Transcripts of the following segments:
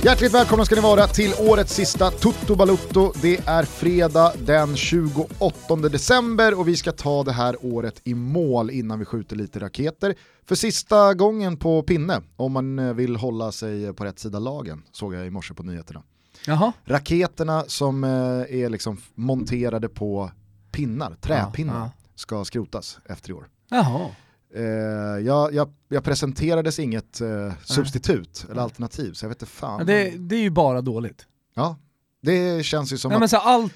Hjärtligt välkomna ska ni vara till årets sista Toto Balutto. Det är fredag den 28 december och vi ska ta det här året i mål innan vi skjuter lite raketer. För sista gången på pinne, om man vill hålla sig på rätt sida lagen, såg jag i morse på nyheterna. Jaha. Raketerna som är liksom monterade på pinnar, träpinnar, ska skrotas efter i år. Jaha. Jag presenterades inget substitut eller alternativ, så jag vet inte fan. Ja, det är ju bara dåligt. Ja, det känns ju som men så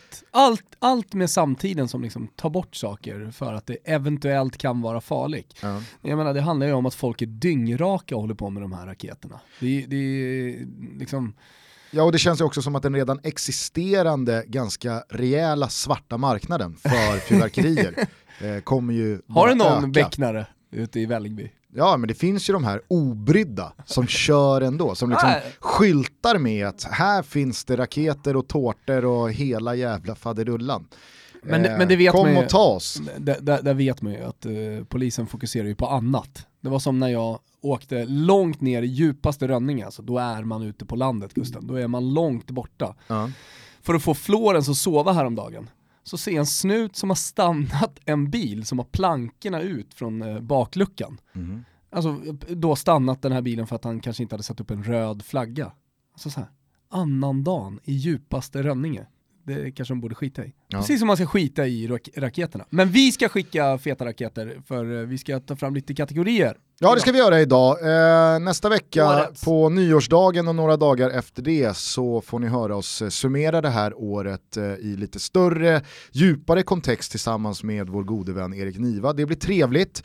allt med samtiden som liksom tar bort saker för att det eventuellt kan vara farligt. Ja. Jag menar, det handlar ju om att folk är dyngraka och håller på med de här raketerna. Det är liksom... Ja, och det känns ju också som att den redan existerande ganska rejäla svarta marknaden för fyrverkerier kommer ju Har du någon öka. becknare ute i Vällingby? Ja, men det finns ju de här obrydda som kör ändå, som liksom skyltar med att här finns det raketer och tårtor och hela jävla faderullan. Men det vet kom man ju, och ta oss. Där vet man ju att polisen fokuserar ju på annat. Det var som när jag åkte långt ner i djupaste Rönninge, alltså då är man ute på landet, Gusten. Då är man långt borta. För att få Florens att sova häromdagen, så ser jag en snut som har stannat en bil som har plankorna ut från bakluckan. Mm. Alltså då stannat den här bilen för att han kanske inte hade satt upp en röd flagga. Alltså så här, annan dagen i djupaste Rönninge. Det kanske de borde skita i. Ja. Precis som man ska skita i raketerna. Men vi ska skicka feta raketer, för vi ska ta fram lite kategorier. Ja, det ska vi göra idag. Nästa vecka på nyårsdagen och några dagar efter det så får ni höra oss summera det här året i lite större, djupare kontext tillsammans med vår gode vän Erik Niva. Det blir trevligt.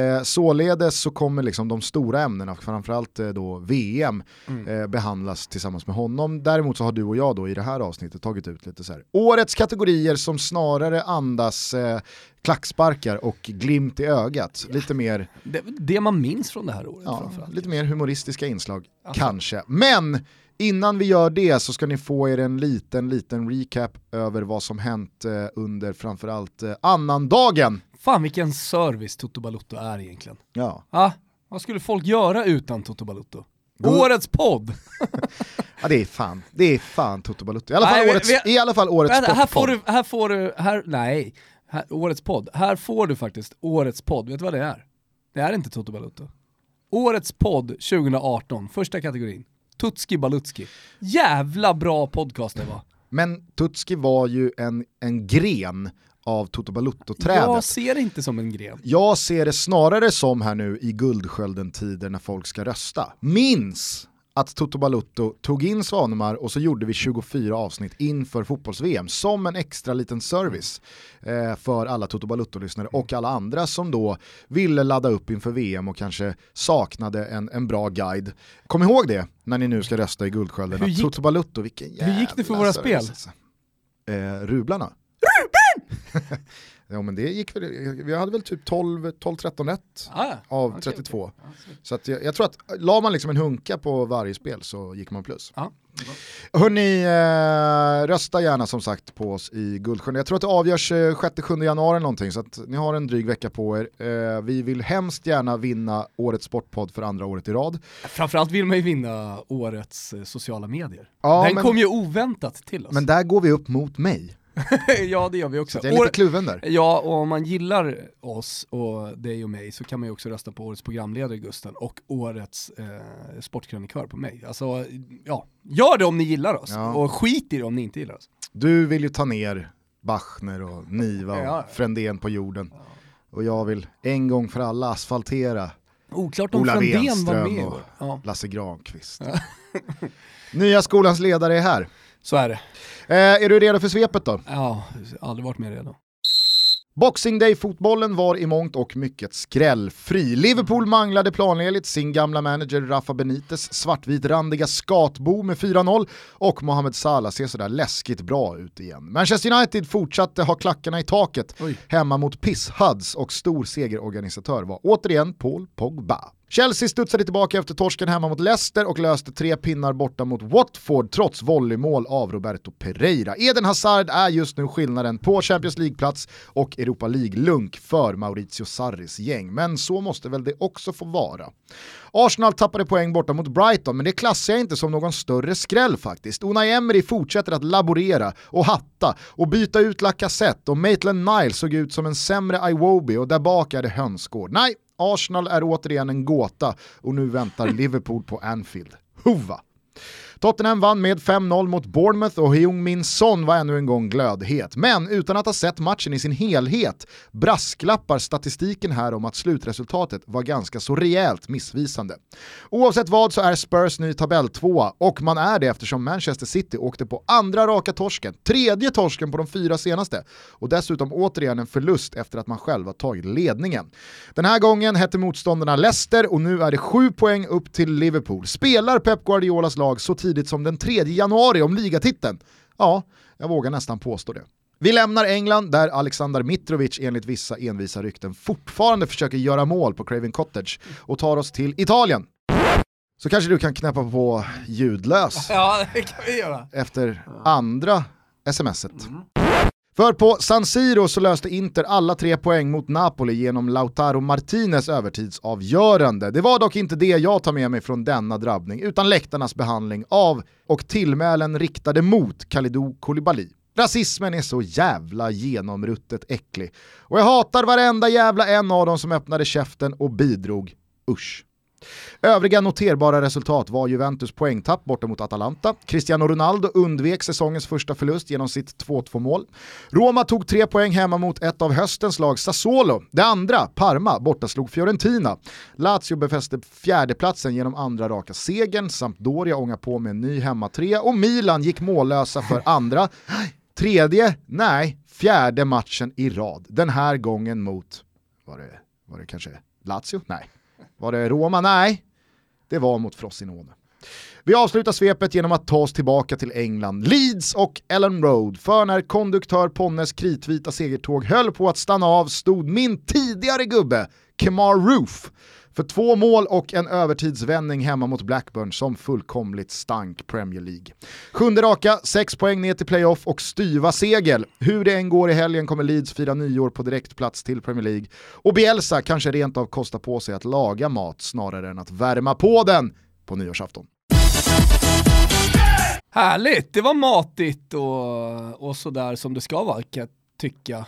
Således så kommer liksom de stora ämnena, framförallt då VM, behandlas tillsammans med honom. Däremot så har du och jag då i det här avsnittet tagit ut lite så här årets kategorier som snarare andas klacksparkar och glimt i ögat. Lite mer... Det man minns från det här året. Ja, lite mer humoristiska inslag, kanske. Men innan vi gör det så ska ni få er en liten recap över vad som hänt under framförallt annandagen. Fan, vilken service Toto Balutto är egentligen. Ja. Vad skulle folk göra utan Toto Balutto? Årets podd! Ja, det är fan Toto Balutto. I alla fall årets sportpodd. Årets podd. Här får du faktiskt årets podd. Vet du vad det är? Det är inte Toto Balutto. Årets podd 2018, första kategorin. Tutski Balutski. Jävla bra podcast det var. Men Tutski var ju en gren av Toto Balutto-trädet. Jag ser det inte som en gren. Jag ser det snarare som här nu i Guldskölden-tider när folk ska rösta. Minns att Toto Balutto tog in Svanemar och så gjorde vi 24 avsnitt inför fotbolls-VM som en extra liten service för alla Toto Balutto-lyssnare och alla andra som då ville ladda upp inför VM och kanske saknade en bra guide. Kom ihåg det när ni nu ska rösta i Guldskölden. Toto Balutto, vilken jävla... Hur gick det för våra spel? Rublarna. Ja, men det gick väl, vi hade väl typ 12-13 rätt av 32. Okay. Så att jag tror att la man liksom en hunka på varje spel så gick man plus. Hörrni, rösta gärna som sagt på oss i Guldsjön. Jag tror att det avgörs 6-7 januari någonting, så att ni har en dryg vecka på er. Vi vill hemskt gärna vinna årets sportpodd för andra året i rad. Framförallt vill man ju vinna årets sociala medier. Den kom ju oväntat till oss. Men där går vi upp mot mig. Ja, det gör vi också. Så jag är lite kluven där. Ja, och om man gillar oss och dig och mig så kan man ju också rösta på årets programledare Gusten och årets sportkrönikör på mig. Alltså, ja, gör det om ni gillar oss och skit i det om ni inte gillar oss. Du vill ju ta ner Bachner och Niva och Frändén på jorden. Och jag vill en gång för alla asfaltera oklart om Ola Frändén var med och Lasse Granqvist. Nya skolans ledare är här. Så är det. Är du redo för svepet då? Ja, aldrig varit med redan. Boxing Day-fotbollen var i mångt och mycket skrällfri. Liverpool manglade planenligt sin gamla manager Rafa Benitez svartvitrandiga skatbo med 4-0 och Mohamed Salah ser sådär läskigt bra ut igen. Manchester United fortsatte ha klackarna i taket hemma mot Piss Huds och stor segerorganisatör var återigen Paul Pogba. Chelsea studsade tillbaka efter torsken hemma mot Leicester och löste 3 pinnar borta mot Watford trots volleymål av Roberto Pereira. Eden Hazard är just nu skillnaden på Champions League-plats och Europa League-lunk för Maurizio Sarris gäng. Men så måste väl det också få vara. Arsenal tappade poäng borta mot Brighton, men det klassar jag inte som någon större skräll faktiskt. Unai Emery fortsätter att laborera och hatta och byta ut Lacazette och Maitland-Niles såg ut som en sämre Iwobi och där bak är det hönsgård. Nej, Arsenal är återigen en gåta och nu väntar Liverpool på Anfield. Huva! Tottenham vann med 5-0 mot Bournemouth och Heung-Min Son var ännu en gång glödhet. Men utan att ha sett matchen i sin helhet brasklappar statistiken här om att slutresultatet var ganska så rejält missvisande. Oavsett vad så är Spurs ny tabelltvåa och man är det eftersom Manchester City åkte på andra raka torsken, 3:e torsken på de 4 senaste och dessutom återigen en förlust efter att man själv har tagit ledningen. Den här gången hette motståndarna Leicester och nu är det 7 poäng upp till Liverpool. Spelar Pep Guardiolas lag så tidigt som den 3 januari om ligatiteln? Ja, jag vågar nästan påstå det. Vi lämnar England där Alexander Mitrovic enligt vissa envisa rykten fortfarande försöker göra mål på Craven Cottage och tar oss till Italien. Så kanske du kan knäppa på ljudlös. Ja, det kan vi göra. Efter andra smset. För på San Siro så löste Inter alla 3 poäng mot Napoli genom Lautaro Martinez övertidsavgörande. Det var dock inte det jag tar med mig från denna drabbning utan läktarnas behandling av och tillmälen riktade mot Kalidou Koulibaly. Rasismen är så jävla genomruttet äcklig. Och jag hatar varenda jävla en av dem som öppnade käften och bidrog. Usch. Övriga noterbara resultat var Juventus poängtapp borta mot Atalanta. Cristiano Ronaldo undvek säsongens första förlust genom sitt 2-2-mål. Roma tog 3 poäng hemma mot ett av höstens lag Sassuolo. Det andra, Parma, borta slog Fiorentina. Lazio befäste 4:e platsen genom andra raka segern. Sampdoria ångar på med en ny hemmatrea och Milan gick mållösa för andra. 3:e, nej, 4:e matchen i rad. Den här gången mot, var det kanske Lazio? Nej. Var det Roma? Nej, det var mot Frosinone. Vi avslutar svepet genom att ta oss tillbaka till England, Leeds och Ellen Road. För när konduktör Ponnes kritvita segertåg höll på att stanna av stod min tidigare gubbe, Kemar Roof, för 2 mål och en övertidsvändning hemma mot Blackburn som fullkomligt stank Premier League. 7:e raka, 6 poäng ner till playoff och styva segel. Hur det än går i helgen kommer Leeds fira nyår på direktplats till Premier League. Och Bielsa kanske rent av kostar på sig att laga mat snarare än att värma på den på nyårsafton. Härligt, det var matigt och sådär som det ska vara, kan jag tycka,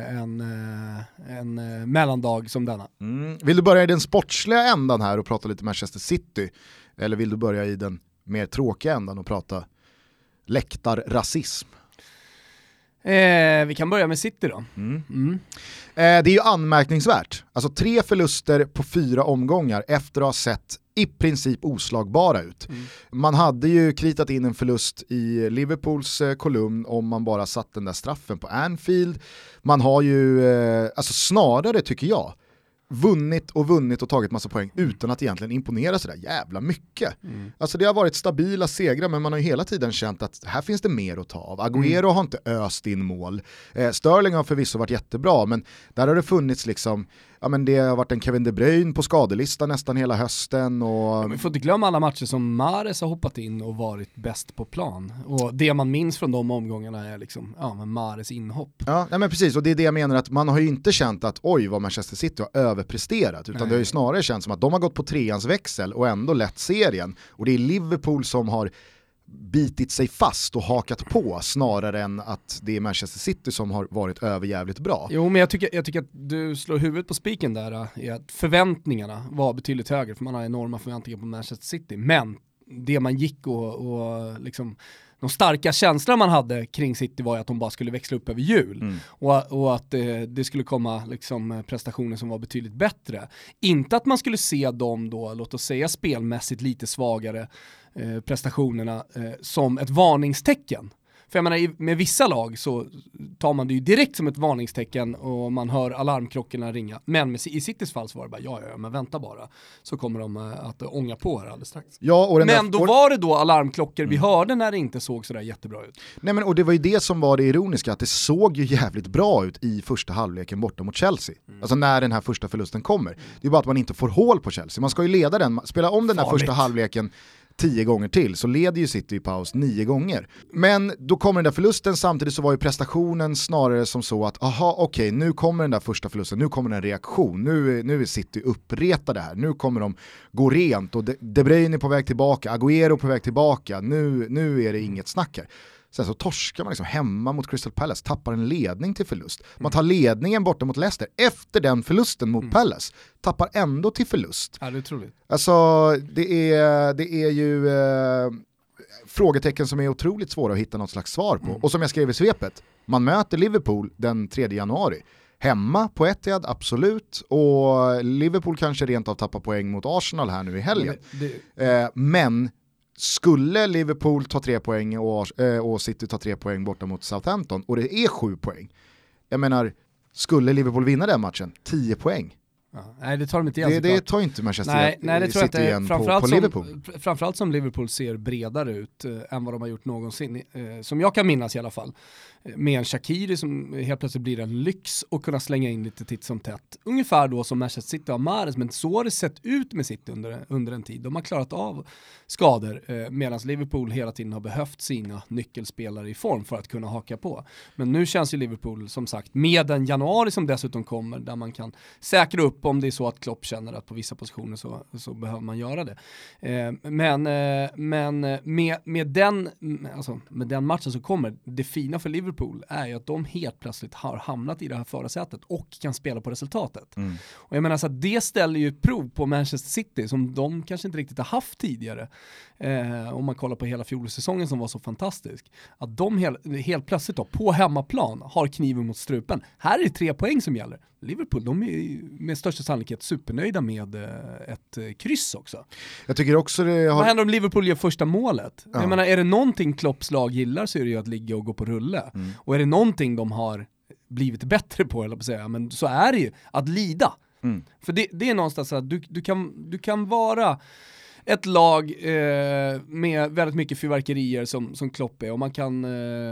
en mellandag som denna. Vill du börja i den sportsliga ändan här och prata lite Manchester City? Eller vill du börja i den mer tråkiga ändan och prata läktarrasism? Vi kan börja med City då. Det är ju anmärkningsvärt. Alltså 3 förluster på 4 omgångar efter att ha sett i princip oslagbara ut. Man hade ju kritat in en förlust i Liverpools kolumn om man bara satt den där straffen på Anfield. Man har ju, alltså snarare tycker jag, vunnit och tagit massa poäng utan att egentligen imponera så där jävla mycket. Alltså det har varit stabila segrar men man har ju hela tiden känt att här finns det mer att ta av. Agüero har inte öst in mål. Sterling har förvisso varit jättebra men där har det funnits liksom, ja men det har varit en Kevin De Bruyne på skadelistan nästan hela hösten. Och... Vi får inte glömma alla matcher som Mahrez har hoppat in och varit bäst på plan. Och det man minns från de omgångarna är liksom, Mahrez inhopp. Ja, nej men precis, och det är det jag menar att man har ju inte känt att oj vad Manchester City har överpresterat utan det har ju snarare känts som att de har gått på 3:ans växel och ändå lett serien. Och det är Liverpool som har bitit sig fast och hakat på snarare än att det är Manchester City som har varit överjävligt bra. Jo, men jag tycker att du slår huvudet på spiken där i att förväntningarna var betydligt högre för man har enorma förväntningar på Manchester City. Men det man gick och liksom de starka känslor man hade kring City var att de bara skulle växla upp över jul och att det skulle komma liksom prestationer som var betydligt bättre. Inte att man skulle se dem då, låt oss säga spelmässigt lite svagare prestationerna som ett varningstecken För jag menar, med vissa lag så tar man det ju direkt som ett varningstecken och man hör alarmklockorna ringa. Men i Citys fall så var det bara, ja, men vänta bara. Så kommer de att ånga på här alldeles strax. Ja, och men då var det då alarmklockor vi hörde när det inte såg sådär jättebra ut. Nej, men och det var ju det som var det ironiska, att det såg ju jävligt bra ut i första halvleken borta mot Chelsea. Alltså när den här första förlusten kommer. Det är bara att man inte får hål på Chelsea. Man ska ju leda den, spela om den här första halvleken 10 gånger till, så leder ju City i paus 9 gånger. Men då kommer den där förlusten, samtidigt så var ju prestationen snarare som så att okej, nu kommer den där första förlusten, nu kommer en reaktion, nu är City uppretade här, nu kommer de gå rent och De Bruyne är på väg tillbaka, Agüero på väg tillbaka, nu är det inget snack här. Sen så torskar man liksom hemma mot Crystal Palace, tappar en ledning till förlust. Man tar ledningen borta mot Leicester efter den förlusten mot Palace, tappar ändå till förlust. Ja, det är otroligt. Alltså det är ju frågetecken som är otroligt svåra att hitta något slags svar på. Och som jag skrev i svepet, man möter Liverpool den 3 januari. Hemma på Etihad, absolut. Och Liverpool kanske rent av tappar poäng mot Arsenal här nu i helgen. Men skulle Liverpool ta 3 poäng och City ta 3 poäng borta mot Southampton och det är 7 poäng. Jag menar, skulle Liverpool vinna den matchen, 10 poäng. Ja, nej, det tar de inte igen. Det tar inte Manchester City igen på Liverpool. Framförallt som Liverpool ser bredare ut än vad de har gjort någonsin. Som jag kan minnas i alla fall. Med en Shaqiri som helt plötsligt blir en lyx och kunna slänga in lite titt som tätt. Ungefär då som Manchester City har Mahrez, men så har det sett ut med City under en tid. De har klarat av skador medan Liverpool hela tiden har behövt sina nyckelspelare i form för att kunna haka på. Men nu känns ju Liverpool som sagt med en januari som dessutom kommer där man kan säkra upp om det är så att Klopp känner att på vissa positioner så behöver man göra det. Men med den matchen som kommer, det fina för Liverpool är ju att de helt plötsligt har hamnat i det här förarsätet och kan spela på resultatet. Och jag menar så att det ställer ju prov på Manchester City som de kanske inte riktigt har haft tidigare. Om man kollar på hela fjolårssäsongen som var så fantastisk. Att de helt plötsligt då, på hemmaplan har kniven mot strupen. Här är det 3 poäng som gäller. Liverpool, de är med största sannolikhet supernöjda med ett kryss också. Jag tycker också Vad händer om Liverpool gör första målet? Ja. Jag menar, är det någonting Klopps lag gillar så är det ju att ligga och gå på rulle. Och är det någonting de har blivit bättre på, eller på att säga, men så är det ju att lida. För det är någonstans så att du kan vara ett lag med väldigt mycket fyrverkerier som Klopp är, och man kan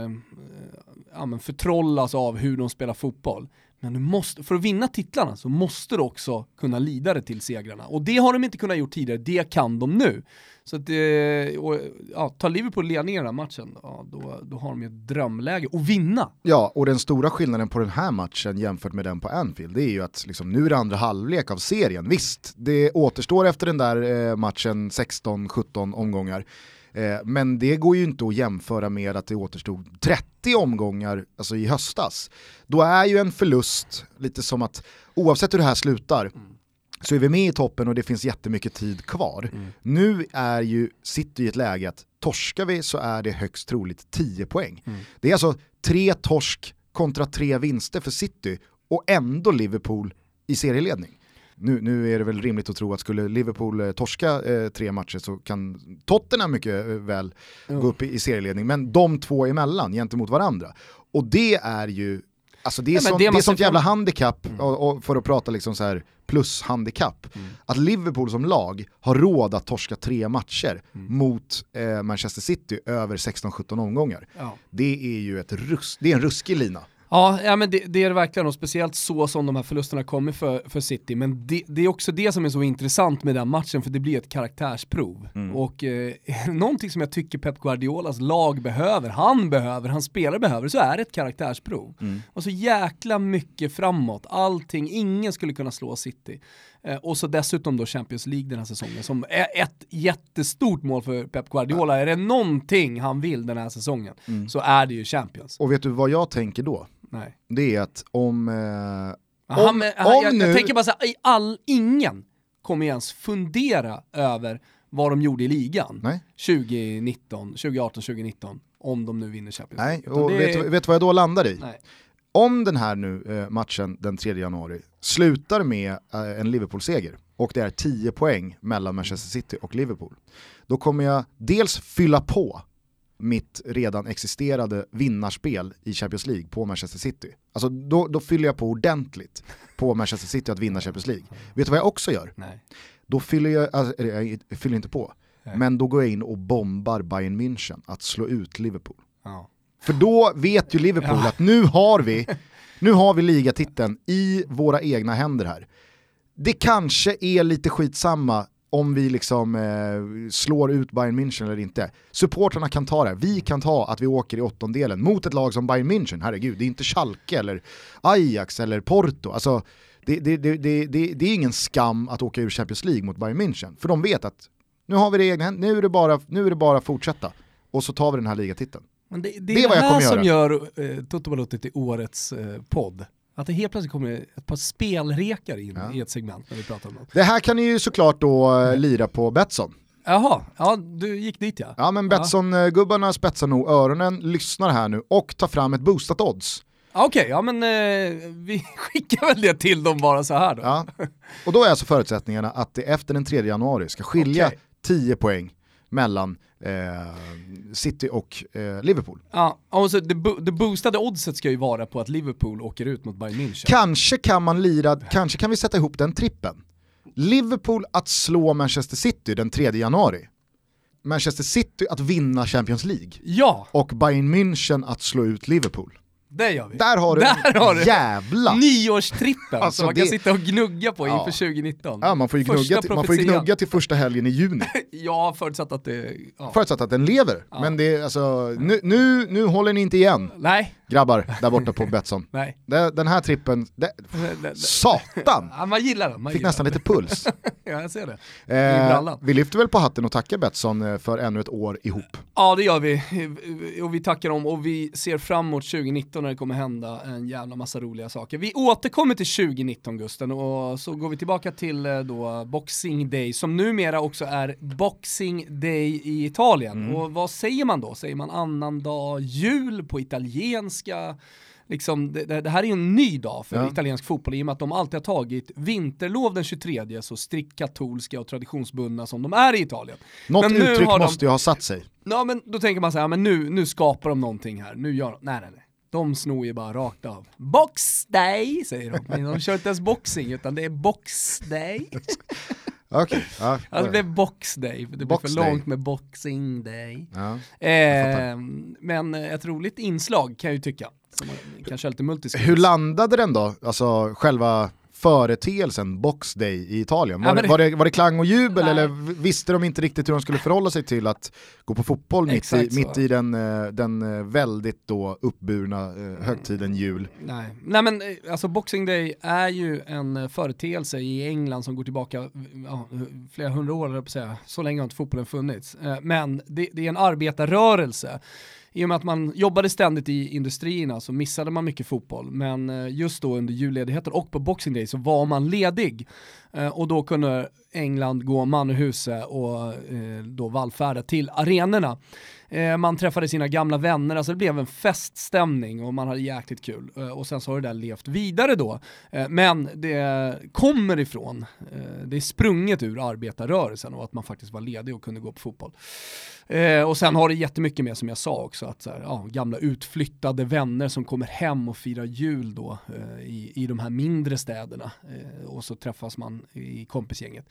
förtrollas av hur de spelar fotboll. Men du måste, för att vinna titlarna så måste du också kunna lida det till segrarna. Och det har de inte kunnat gjort tidigare, det kan de nu. Så att tar Liverpool ledningen i den här matchen, då har de ju ett drömläge att vinna. Ja, och den stora skillnaden på den här matchen jämfört med den på Anfield, det är ju att liksom, nu är det andra halvlek av serien. Visst, det återstår efter den där matchen 16-17 omgångar. Men det går ju inte att jämföra med att det återstod 30 omgångar alltså i höstas. Då är ju en förlust lite som att oavsett hur det här slutar så är vi med i toppen och det finns jättemycket tid kvar. Nu är ju City i ett läge att torskar vi så är det högst troligt 10 poäng. Det är alltså 3 torsk kontra 3 vinster för City och ändå Liverpool i serieledning. Nu är det väl rimligt att tro att skulle Liverpool torska 3 matcher så kan Tottenham mycket väl gå upp i serieledning. Men de två emellan gentemot varandra. Och det är ju, alltså det är sånt jävla handikapp, och för att prata liksom så här plus handikapp. Att Liverpool som lag har råd att torska 3 matcher mot Manchester City över 16-17 omgångar. Ja. Det är ju det är en ruskig lina. Ja, men det är det verkligen, och speciellt så som de här förlusterna kommer för City. Men det är också det som är så intressant med den matchen, för det blir ett karaktärsprov. Och någonting som jag tycker Pep Guardiolas lag behöver, hans spelare behöver, så är det ett karaktärsprov. Och så jäkla mycket framåt, allting, ingen skulle kunna slå City. Och så dessutom då Champions League den här säsongen som är ett jättestort mål för Pep Guardiola. Är det någonting han vill den här säsongen så är det ju Champions. Och vet du vad jag tänker då? Nej. Det är att jag tänker bara så här, ingen kommer ens fundera över vad de gjorde i ligan. Nej. 2018-2019 om de nu vinner Champions League. Nej, och vet vad jag då landar i? Nej. Om den här nu matchen den 3 januari slutar med en Liverpool-seger och det är 10 poäng mellan Manchester City och Liverpool, då kommer jag dels fylla på mitt redan existerade vinnarspel i Champions League på Manchester City. Alltså då fyller jag på ordentligt på Manchester City att vinna Champions League. Vet du vad jag också gör? Nej. Då fyller jag fyller inte på. Nej. Men då går jag in och bombar Bayern München att slå ut Liverpool. Ja. För då vet ju Liverpool att nu har vi ligatiteln i våra egna händer här. Det kanske är lite skitsamma om vi liksom slår ut Bayern München eller inte. Supporterna kan ta det. Vi kan ta att vi åker i åttondelen mot ett lag som Bayern München. Herregud, det är inte Schalke eller Ajax eller Porto. Alltså, det är ingen skam att åka ur Champions League mot Bayern München. För de vet att nu har vi det egna händer. Nu är det bara att fortsätta. Och så tar vi den här ligatiteln. Men det är vad jag här som gör Toto Balotto till årets podd. Att det helt plötsligt kommer ett par spelrekar in i ett segment när vi pratar om det. Det här kan ni ju såklart då lira på Betsson. Jaha, ja du gick dit ja. Ja men Betsson-gubbarna spetsar nog öronen, lyssnar här nu och tar fram ett boostat odds. Okej, ja men vi skickar väl det till dem bara så här då. Ja. Och då är alltså förutsättningarna att det efter den 3 januari ska skilja 10 poäng mellan City och Liverpool. Ja, alltså det boostade oddset ska ju vara på att Liverpool åker ut mot Bayern München. Kanske kan vi sätta ihop den trippen. Liverpool att slå Manchester City den 3 januari. Manchester City att vinna Champions League. Ja. Och Bayern München att slå ut Liverpool. Det gör vi. Där har du jävla nyårstrippen alltså som man kan sitta och gnugga på inför 2019. Ja, man får ju gnugga till första helgen i juni. Ja, förutsatt att det... Ja. Förutsatt att den lever. Ja. Men det är alltså, nu håller ni inte igen. Nej. Grabbar, där borta på Betsson. Nej. Den här trippen, satan! Ja, man gillar den. Fick nästan lite puls. Ja, jag ser det. Vi lyfter väl på hatten och tackar Betsson för ännu ett år ihop. Ja, det gör vi. Och vi tackar dem och vi ser fram emot 2019 när det kommer hända en jävla massa roliga saker. Vi återkommer till 2019, Gusten, och så går vi tillbaka till då Boxing Day, som numera också är Boxing Day i Italien. Och vad säger man då? Säger man annandag jul på italienska? Liksom, det här är ju en ny dag för italiensk fotboll i och med att de alltid har tagit vinterlov den 23, så strikt katolska och traditionsbundna som de är i Italien. Något men uttryck måste ju ha satt sig. Ja, men då tänker man så här, men nu skapar de någonting här. Nu gör nej. De snor ju bara rakt av. Box Day, säger de. Men de kör inte ens boxing, utan det är Box Day. Okej. Alltså det blev Box Day, för det blev för långt med Boxing Day. Ja, men ett roligt inslag kan jag ju tycka. Som kanske är lite multiskript. Hur landade den då? Alltså själva företeelsen Box Day i Italien. Var det klang och jubel eller visste de inte riktigt hur de skulle förhålla sig till att gå på fotboll mitt i den väldigt då uppburna högtiden jul? Nej men alltså Boxing Day är ju en företeelse i England som går tillbaka flera hundra år, på att säga. Så länge har inte fotbollen funnits. Men det är en arbetarrörelse. I och med att man jobbade ständigt i industrierna så missade man mycket fotboll. Men just då under julledigheten och på Boxing Day så var man ledig. Och då kunde England gå man i huset och då vallfärda till arenorna. Man träffade sina gamla vänner, alltså det blev en feststämning och man hade jäkligt kul. Och sen så har det där levt vidare då. Men det kommer ifrån, det är sprunget ur arbetarrörelsen och att man faktiskt var ledig och kunde gå på fotboll. Och sen har det jättemycket med, som jag sa också, att så här, gamla utflyttade vänner som kommer hem och firar jul då i de här mindre städerna. Och så träffas man i kompisgänget.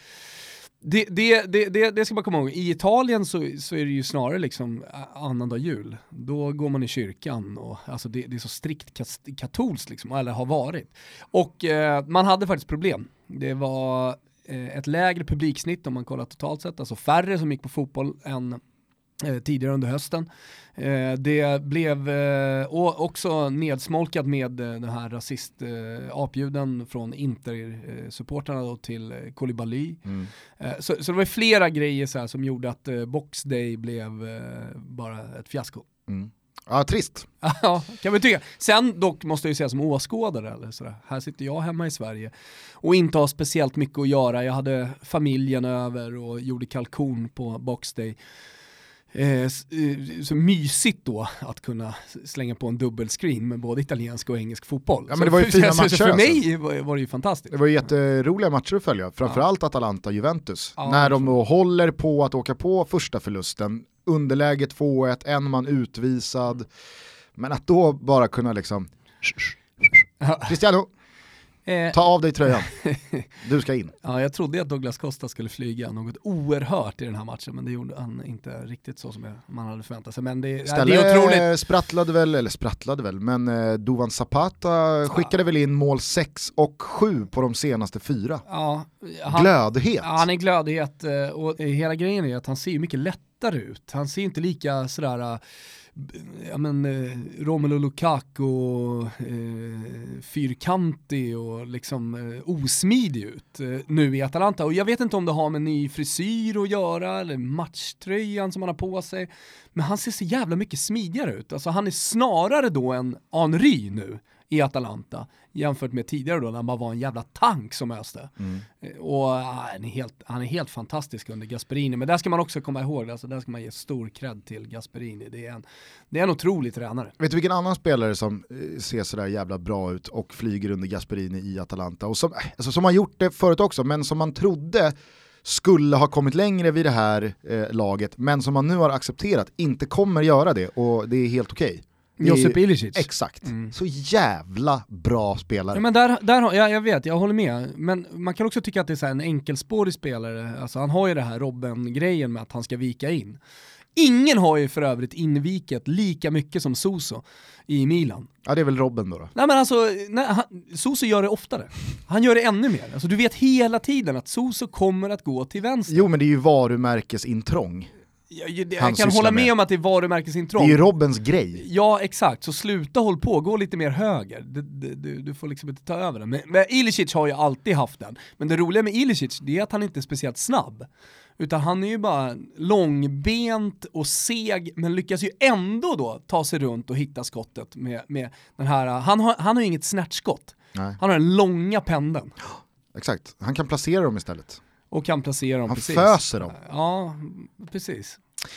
Det ska man komma ihåg. I Italien så är det ju snarare liksom annandag jul. Då går man i kyrkan och alltså det är så strikt katolskt liksom, eller har varit. Och man hade faktiskt problem. Det var ett lägre publiksnitt om man kollar totalt sett, alltså färre som gick på fotboll än tidigare under hösten. Det blev också nedsmolkat med den här rasist-apljuden från Inter-supporterna då till Koulibaly. Så det var flera grejer så här som gjorde att Box Day blev bara ett fiasko. Ja, trist. Ja, kan vi tycka. Sen dock måste jag ju säga som åskådare eller sådär. Här sitter jag hemma i Sverige och inte har speciellt mycket att göra. Jag hade familjen över och gjorde kalkon på Box Day. Så mysigt då att kunna slänga på en dubbelscreen med både italiensk och engelsk fotboll. Ja, men det var ju fina matcher. För mig var det ju fantastiskt. Det var ju jätteroliga matcher att följa. Framförallt Atalanta-Juventus. När de då håller på att åka på första förlusten underläge 2-1, en man utvisad. Men att då bara kunna liksom Cristiano, ta av dig tröjan. Du ska in. Ja, jag trodde att Douglas Costa skulle flyga något oerhört i den här matchen, men det gjorde han inte riktigt så som man hade förväntat sig. Men det är otroligt. Sprattlade väl, men Duvan Zapata skickade väl in mål 6 och 7 på de senaste 4. Ja, glödhet. Ja, han är glödhet, och hela grejen är att han ser ju mycket lättare ut. Han ser inte lika sådär Romelu Lukaku fyrkantig och liksom osmidig ut nu i Atalanta, och jag vet inte om det har med ny frisyr att göra eller matchtröjan som han har på sig, men han ser så jävla mycket smidigare ut. Alltså han är snarare då en Henry nu i Atalanta jämfört med tidigare då när han bara var en jävla tank som öste. Och han är helt fantastisk under Gasperini, men där ska man också komma ihåg, alltså där ska man ge stor cred till Gasperini. Det är en otrolig tränare. Vet du vilken annan spelare som ser sådär jävla bra ut och flyger under Gasperini i Atalanta, och som har gjort det förut också, men som man trodde skulle ha kommit längre vid det här laget, men som man nu har accepterat inte kommer göra det, och det är helt okej. Josip Ilicic. Exakt. Så jävla bra spelare. Ja, men jag vet, jag håller med. Men man kan också tycka att det är så här en enkelspårig spelare. Alltså han har ju det här Robben-grejen med att han ska vika in. Ingen har ju för övrigt inviket lika mycket som Suso i Milan. Ja, det är väl Robben då. Nej, men alltså, Suso gör det oftare. Han gör det ännu mer. Alltså du vet hela tiden att Suso kommer att gå till vänster. Jo, men det är ju varumärkesintrång. Jag kan hålla med om att det är varumärkesintrång. Det är ju Robbens grej. Ja, exakt. Så sluta håll på, gå lite mer höger. Du får liksom inte ta över den. Men Ilicic har ju alltid haft den. Men det roliga med Ilicic, det är att han inte är speciellt snabb. Utan han är ju bara långbent och seg, men lyckas ju ändå då ta sig runt och hitta skottet med den här. Han har ju inget snärtskott. Nej. Han har den långa pendeln. Exakt, han kan placera dem istället. Och kan placera dem, han precis. Han föser dem. Ja, precis.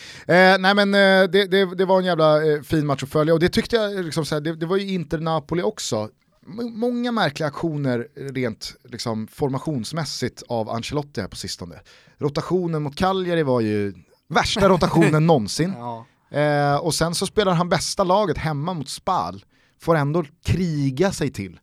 Nej, men det var en jävla fin match att följa, och det tyckte jag liksom, så här, det var ju Inter-Napoli också. Många märkliga aktioner rent liksom, formationsmässigt av Ancelotti här på sistone. Rotationen mot Cagliari var ju värsta rotationen någonsin. Ja. Och sen så spelar han bästa laget hemma mot Spal. Får ändå kriga sig till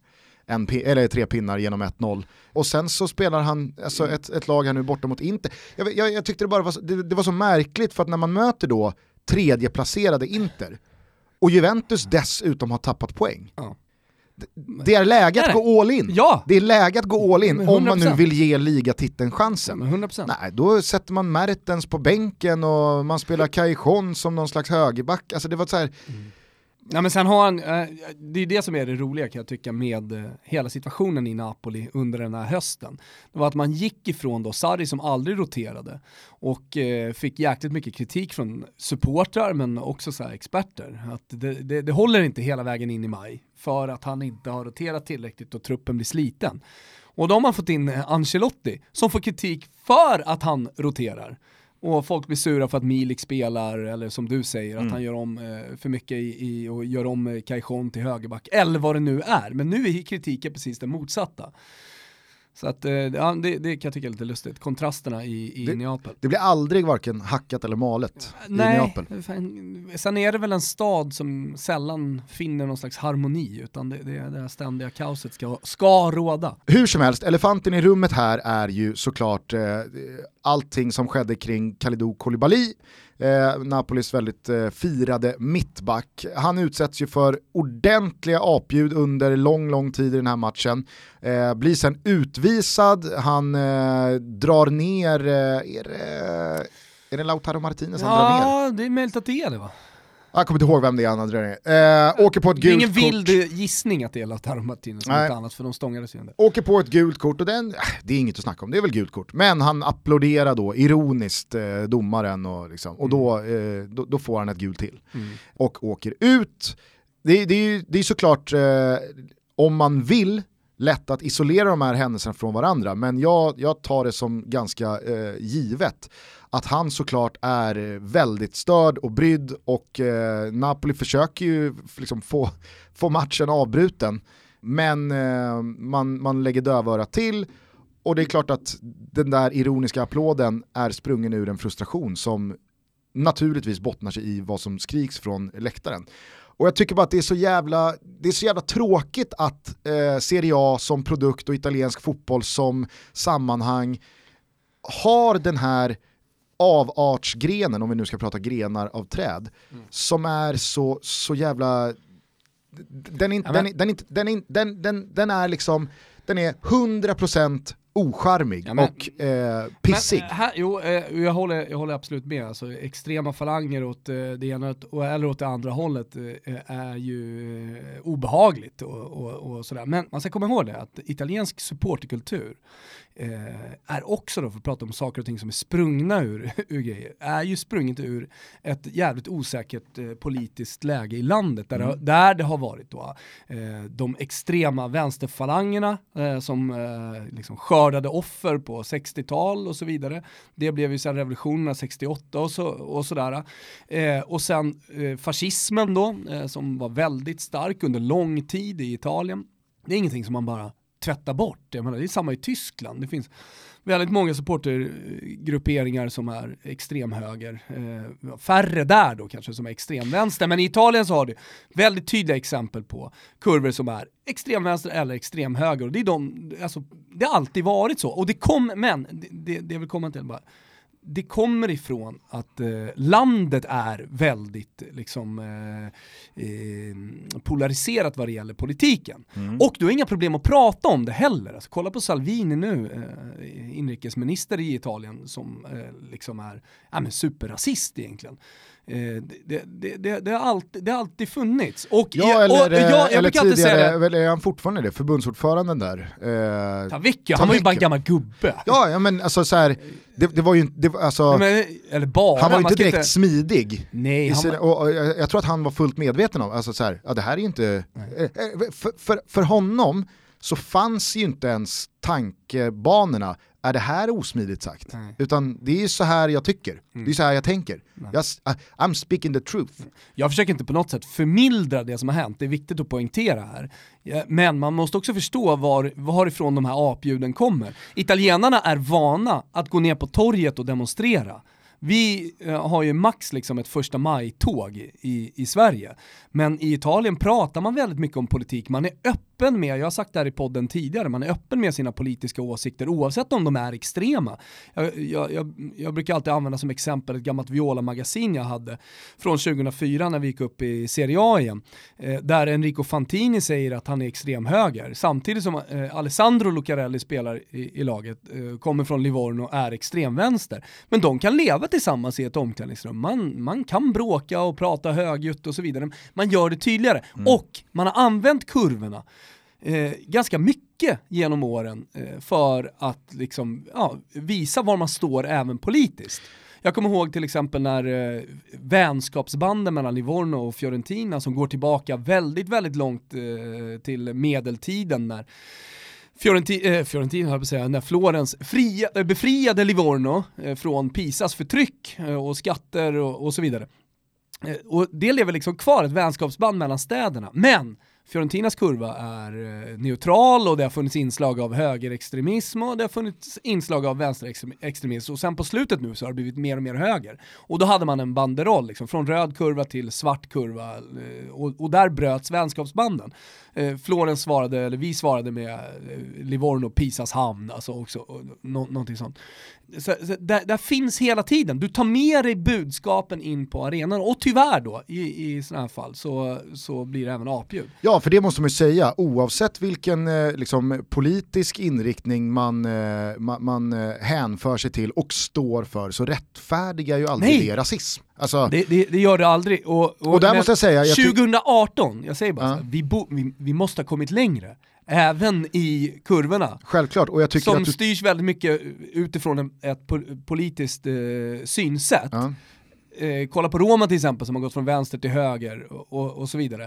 3 pinnar genom 1-0. Och sen så spelar han alltså ett lag här nu borta mot Inter. Jag tyckte det var så märkligt, för att när man möter då tredje placerade Inter och Juventus dessutom har tappat poäng. Ja. Det är läge att gå all in. Ja. Det är läge att gå all in om man nu vill ge ligatiteln chansen. 100%. Nej, då sätter man Mertens på bänken och man spelar Cajon som någon slags högerback. Alltså det var så här. Ja, men sen har han, det är det som är det roliga kan jag tycka med hela situationen i Napoli under den här hösten. Det var att man gick ifrån då Sarri som aldrig roterade och fick jäkligt mycket kritik från supportrar men också så här experter. Att det håller inte hela vägen in i maj för att han inte har roterat tillräckligt och truppen blir sliten. Och då har man fått in Ancelotti som får kritik för att han roterar. Och folk blir sura för att Milik spelar, eller som du säger, att han gör om för mycket och gör om Cajon till högerback, eller vad det nu är. Men nu är kritiken precis den motsatta. Så att, ja, det kan jag tycka är lite lustigt. Kontrasterna i Neapel. Det blir aldrig varken hackat eller malet i Neapel. Sen är det väl en stad som sällan finner någon slags harmoni, utan det här ständiga kaoset ska råda. Hur som helst, elefanten i rummet här är ju såklart allting som skedde kring Kalidou Koulibaly. Napolis väldigt firade mittback. Han utsätts ju för ordentliga apljud under lång tid i den här matchen. Blir sen utvisad. Han drar ner, är det Lautaro Martinez han drar ner? Ja, det är möjligt att det är det, va? Jag kommer inte ihåg vem det är han drar ner. Åker på ett gult kort. Det är ingen vild gissning att det är Lautaro Martinez som inte annat, för de stångades ju ändå. Åker på ett gult kort och det är inget att snacka om, det är väl gult kort. Men han applåderar då ironiskt domaren och, liksom, och då får han ett gult till. Och åker ut. Det är såklart, om man vill, lätt att isolera de här händelserna från varandra, men jag tar det som ganska givet att han såklart är väldigt störd och brydd, och Napoli försöker ju liksom få matchen avbruten, men man lägger dövörat till, och det är klart att den där ironiska applåden är sprungen ur en frustration som naturligtvis bottnar sig i vad som skriks från läktaren. Och jag tycker bara att det är så jävla tråkigt att Serie A som produkt och italiensk fotboll som sammanhang har den här avartsgrenen, om vi nu ska prata grenar av träd, som är så jävla... Den är liksom, den är 100% ocharmig och pissig. Jag håller absolut med. Alltså, extrema falanger åt det ena eller åt det andra hållet är ju obehagligt och sådär. Men man ska komma ihåg det, att italiensk supporterkultur är också då, för att prata om saker och ting som är sprungna ur grejer, är ju sprunget ur ett jävligt osäkert politiskt läge i landet där det har varit då de extrema vänsterfalangerna som liksom skördade offer på 60-tal och så vidare. Det blev ju sen revolutionerna 68 och sådär. Och sen fascismen då, som var väldigt stark under lång tid i Italien. Det är ingenting som man bara tvätta bort. Jag menar, det är samma i Tyskland. Det finns väldigt många supportergrupperingar som är extremhöger. Färre där då kanske som är extremvänster. Men i Italien så har du väldigt tydliga exempel på kurvor som är extremvänster eller extremhöger. Och det är alltså, det har alltid varit så. Och det vill komma till bara. Det kommer ifrån att landet är väldigt liksom, polariserat vad det gäller politiken. Och du har inga problem att prata om det heller. Alltså, kolla på Salvini nu, inrikesminister i Italien, som liksom är superrasist egentligen. Det har alltid funnits. Och eller tidigare, är han fortfarande det? Förbundsordföranden där. Tavicchio, han var ju bara en gammal gubbe. Ja, men alltså så här, det var ju alltså, han var ju inte direkt smidig. Nej, jag tror att han var fullt medveten om, alltså så här, det här är ju inte för honom så fanns ju inte ens tankebanorna. Är det här osmidigt sagt? Nej. Utan det är så här jag tycker. Det är så här jag tänker. I'm speaking the truth. Jag försöker inte på något sätt förmildra det som har hänt. Det är viktigt att poängtera här. Men man måste också förstå varifrån de här apljuden kommer. Italienarna är vana att gå ner på torget och demonstrera. Vi har ju max liksom ett 1 maj-tåg i Sverige. Men i Italien pratar man väldigt mycket om politik. Man är öppen med, jag har sagt det här i podden tidigare, man är öppen med sina politiska åsikter oavsett om de är extrema. Jag brukar alltid använda som exempel ett gammalt Viola-magasin jag hade från 2004 när vi gick upp i Serie A igen. Där Enrico Fantini säger att han är extremhöger. Samtidigt som Alessandro Lucarelli spelar i laget, kommer från Livorno och är extremvänster. Men de kan leva tillsammans i ett omklädningsrum. Man kan bråka och prata högljutt och så vidare. Man gör det tydligare. Och man har använt kurvorna ganska mycket genom åren för att liksom, visa var man står även politiskt. Jag kommer ihåg till exempel när vänskapsbanden mellan Livorno och Fiorentina, som går tillbaka väldigt, väldigt långt till medeltiden, när Fiorentina, när Florens befriade Livorno från Pisas förtryck och skatter och så vidare. Och det lever liksom kvar, ett vänskapsband mellan städerna. Men Fiorentinas kurva är neutral och det har funnits inslag av högerextremism och det har funnits inslag av vänsterextremism. Och sen på slutet nu så har det blivit mer och mer höger. Och då hade man en banderoll liksom, från röd kurva till svart kurva, och där bröts vänskapsbanden. Florens vi svarade med Livorno, Pisas hamn, alltså också någonting sånt. Så där finns hela tiden. Du tar med dig budskapen in på arenan, och tyvärr då i sådana här fall så blir det även apljud. Ja, för det måste man ju säga, oavsett vilken liksom, politisk inriktning man hänför sig till och står för, så rättfärdigar ju aldrig det rasism. Alltså, det gör det aldrig. Och där måste jag säga, 2018, jag säger bara vi måste ha kommit längre. Även i kurvorna. Självklart. Och jag tycker som styrs väldigt mycket utifrån ett politiskt synsätt. Kolla på Roma till exempel, som har gått från vänster till höger och så vidare.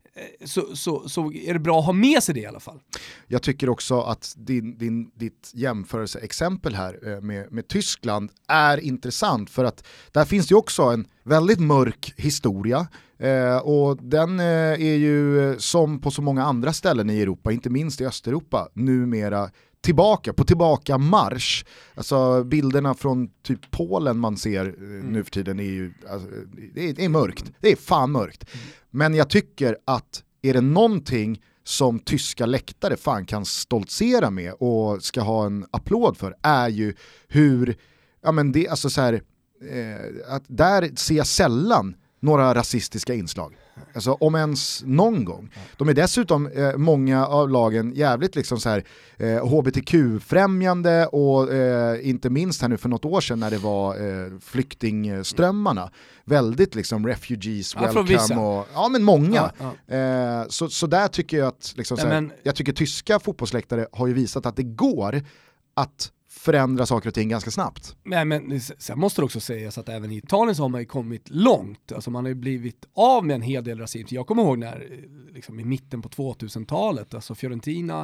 Så är det bra att ha med sig det i alla fall. Jag tycker också att ditt jämförelseexempel här med Tyskland är intressant, för att där finns det också en väldigt mörk historia, och den är ju som på så många andra ställen i Europa, inte minst i Östeuropa, numera tillbaka marsch. Alltså bilderna från typ Polen man ser nu för tiden är ju alltså, det är mörkt. Det är fan mörkt. Men jag tycker att är det någonting som tyska läktare fan kan stoltsera med och ska ha en applåd för är ju hur, ja men det, alltså så här, att där ser jag sällan några rasistiska inslag. Alltså om ens någon gång. De är dessutom många av lagen jävligt liksom så här HBTQ-främjande och inte minst här nu för något år sedan när det var flyktingströmmarna. Väldigt liksom refugees welcome och ja men många. Så där tycker jag att liksom, så här, jag tycker tyska fotbollsläktare har ju visat att det går att förändra saker och ting ganska snabbt. Men sen måste det också sägas att även i Italien så har man ju kommit långt. Alltså man har ju blivit av med en hel del rasism. Jag kommer ihåg när liksom i mitten på 2000-talet, alltså Fiorentina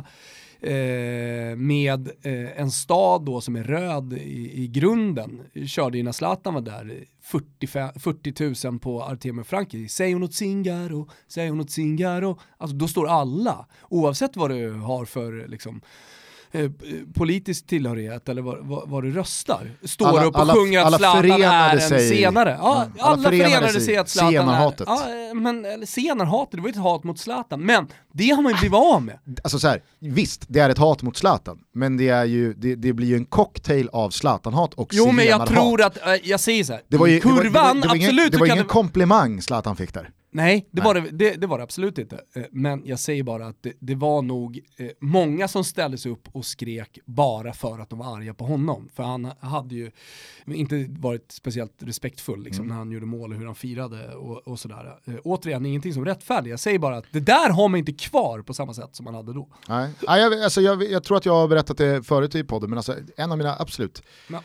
med en stad då som är röd i grunden körde ju när Zlatan var där 40 000 på Artemio Franchi. Säg något Zingaro. Alltså då står alla, oavsett vad du har för liksom politisk tillhörighet eller vad du röstar, står upp och sjunger att Zlatan är en senare. Ja, alla förenade sig att Zlatan senarhatet. Eller senarhatet, det var ett hat mot Zlatan, men det har man ju blivit av med. Alltså så här, visst, det är ett hat mot Zlatan, men det är ju det blir ju en cocktail av Zlatan-hat och senarhat. Jo, men jag tror att jag säger så här, kurvan absolut. Det var ingen komplimang Zlatan fick där. Nej, det var det absolut inte. Men jag säger bara att det var nog många som ställde sig upp och skrek bara för att de var arga på honom. För han hade ju inte varit speciellt respektfull liksom, när han gjorde mål och hur han firade och sådär. Återigen, ingenting som rättfärdigt. Jag säger bara att det där har man inte kvar på samma sätt som man hade då. Nej, jag tror att jag har berättat det förut i podden, men alltså, en av mina absolut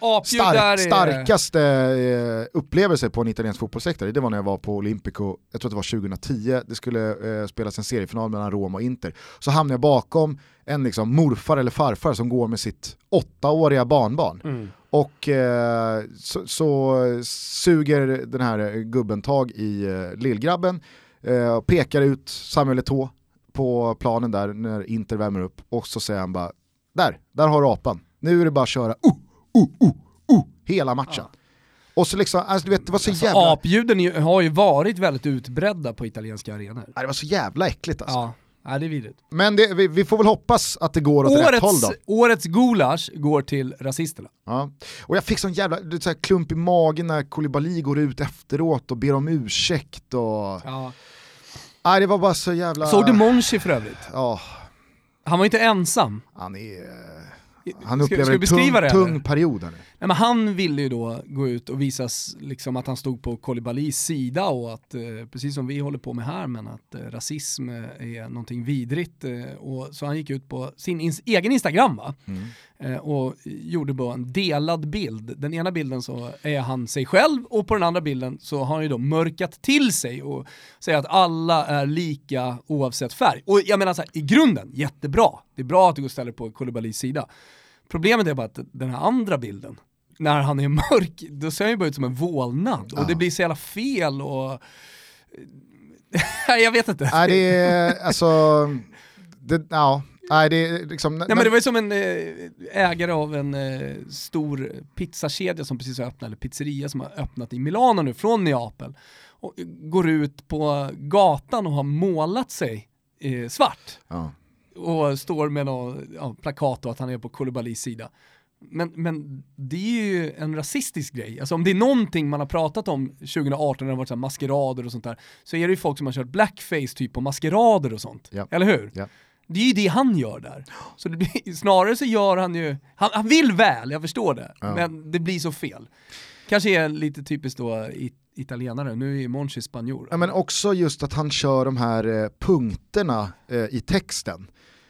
starkaste upplevelser på en italiensk fotbollssektor, det var när jag var på Olympico, jag tror att det var 2010, det skulle spelas en seriefinal mellan Roma och Inter. Så hamnade jag bakom en liksom morfar eller farfar som går med sitt 8-åriga barnbarn. Och så suger den här gubben tag i lillgrabben, pekar ut Samuel Eto'o på planen där när Inter värmer upp, och så säger han bara, där har du apan. Nu är det bara att köra hela matchen. Och så liksom, alltså, du vet, det var så jävla... Apljuden har ju varit väldigt utbredda på italienska arenor. Det var så jävla äckligt alltså. Ja, det är vidrigt. Men vi får väl hoppas att det går åt rätt håll då. Årets gulasch går till rasisterna. Ja. Och jag fick sån jävla så här klump i magen när Koulibaly går ut efteråt och ber om ursäkt. Och... Ja. Nej, det var bara så jävla... Såg du Monchi för övrigt? Ja. Han var inte ensam. Han upplever en tung period här nu. Nej, men han ville ju då gå ut och visa liksom att han stod på Koulibalys sida och att, precis som vi håller på med här, men att rasism är någonting vidrigt. Och så han gick ut på sin egen Instagram, va? Och gjorde bara en delad bild. Den ena bilden så är han sig själv, och på den andra bilden så har han ju då mörkat till sig och säger att alla är lika oavsett färg. Och jag menar så här, i grunden, jättebra. Det är bra att du går och ställer på Koulibalys sida. Problemet är bara att den här andra bilden, när han är mörk, då ser han ju bara ut som en vålnad. Och det blir så jävla fel och... jag vet inte. Nej, det är alltså... Nej, det är liksom... Nej, men det var ju som en ägare av en stor pizzakedja som precis har öppnat, eller pizzeria som har öppnat i Milano nu, från Neapel. Och går ut på gatan och har målat sig svart. Ja. Och står med någon plakat och att han är på Koulibalys sida. Men det är ju en rasistisk grej. Alltså om det är någonting man har pratat om 2018 när det har varit så här maskerader och sånt där, så är det ju folk som har kört blackface typ på maskerader och sånt. Ja. Eller hur? Ja. Det är ju det han gör där. Så det blir, snarare så gör han ju... Han vill väl, jag förstår det. Ja. Men det blir så fel. Kanske är lite typiskt då italienare. Nu är Monchi spanjor. Ja, men också just att han kör de här punkterna i texten.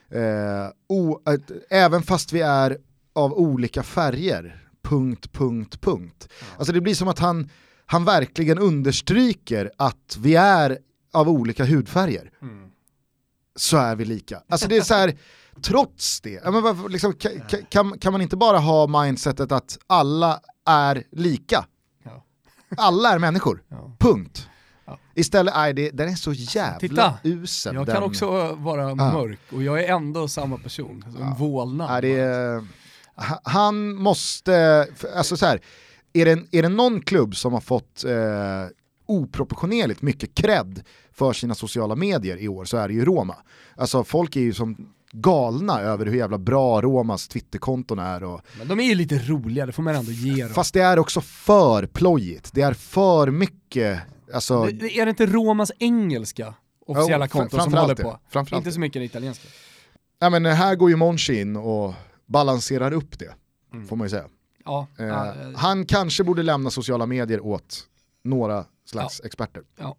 Även fast vi är av olika färger. Punkt. Ja. Alltså det blir som att han verkligen understryker att vi är av olika hudfärger. Så är vi lika. Alltså det är så här, trots det, liksom, kan man inte bara ha mindsetet att alla är lika? Ja. Alla är människor. Ja. Punkt. Istället, den är så jävla usel. Jag kan också vara mörk och jag är ändå samma person. Alltså en vålnad. Han måste, alltså så här, är det någon klubb som har fått oproportionerligt mycket cred för sina sociala medier i år, så är det ju Roma. Alltså folk är ju som galna över hur jävla bra Romas Twitterkonton är. Men de är ju lite roliga, det får man ändå ge dem. Fast det är också för plojigt. Det är för mycket. Alltså... Är det inte Romas engelska officiella konton som håller på? Inte så mycket den italienska. Ja, men här går ju Monchi in och balanserar upp det, får man ju säga. Ja, han kanske borde lämna sociala medier åt några slags experter. Ja.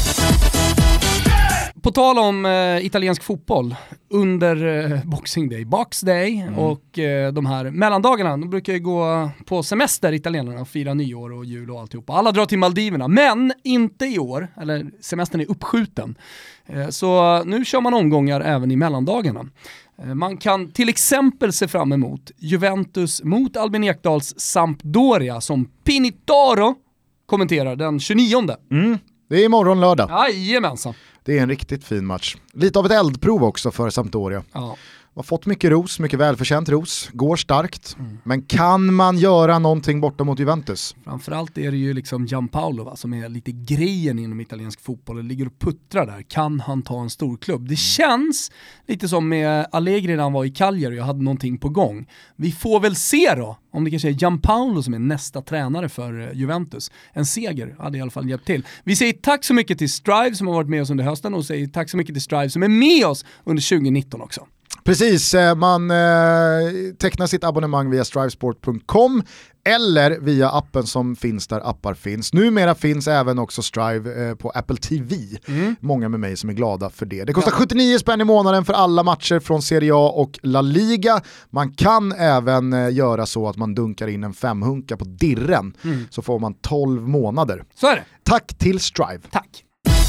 På tal om italiensk fotboll, under Boxing Day, Box Day och de här mellandagarna, de brukar ju gå på semester, italienarna, och fira nyår och jul och alltihopa. Alla drar till Maldiverna, men inte i år, eller semestern är uppskjuten. Så nu kör man omgångar även i mellandagarna. Man kan till exempel se fram emot Juventus mot Albin Ekdals Sampdoria som Pinitaro kommenterar den 29. Det är imorgon lördag. Jajamensan. Det är en riktigt fin match. Lite av ett eldprov också för Sampdoria. Ja. Har fått mycket ros, mycket välförtjänt ros. Går starkt. Men kan man göra någonting borta mot Juventus? Framförallt är det ju liksom Gianpaolo som är lite grejen inom italiensk fotboll och ligger och puttrar där. Kan han ta en stor klubb? Det känns lite som med Allegri när han var i Cagliari och hade någonting på gång. Vi får väl se då om det kanske är Gianpaolo som är nästa tränare för Juventus. En seger hade i alla fall hjälpt till. Vi säger tack så mycket till Strive som har varit med oss under hösten och säger tack så mycket till Strive som är med oss under 2019 också. Precis, man tecknar sitt abonnemang via strivesport.com eller via appen som finns där appar finns. Numera finns även också Strive på Apple TV. Många med mig som är glada för det. Det kostar 79 spänn i månaden för alla matcher från Serie A och La Liga. Man kan även göra så att man dunkar in en 5-hunka på dirren så får man 12 månader. Så är det. Tack till Strive. Tack.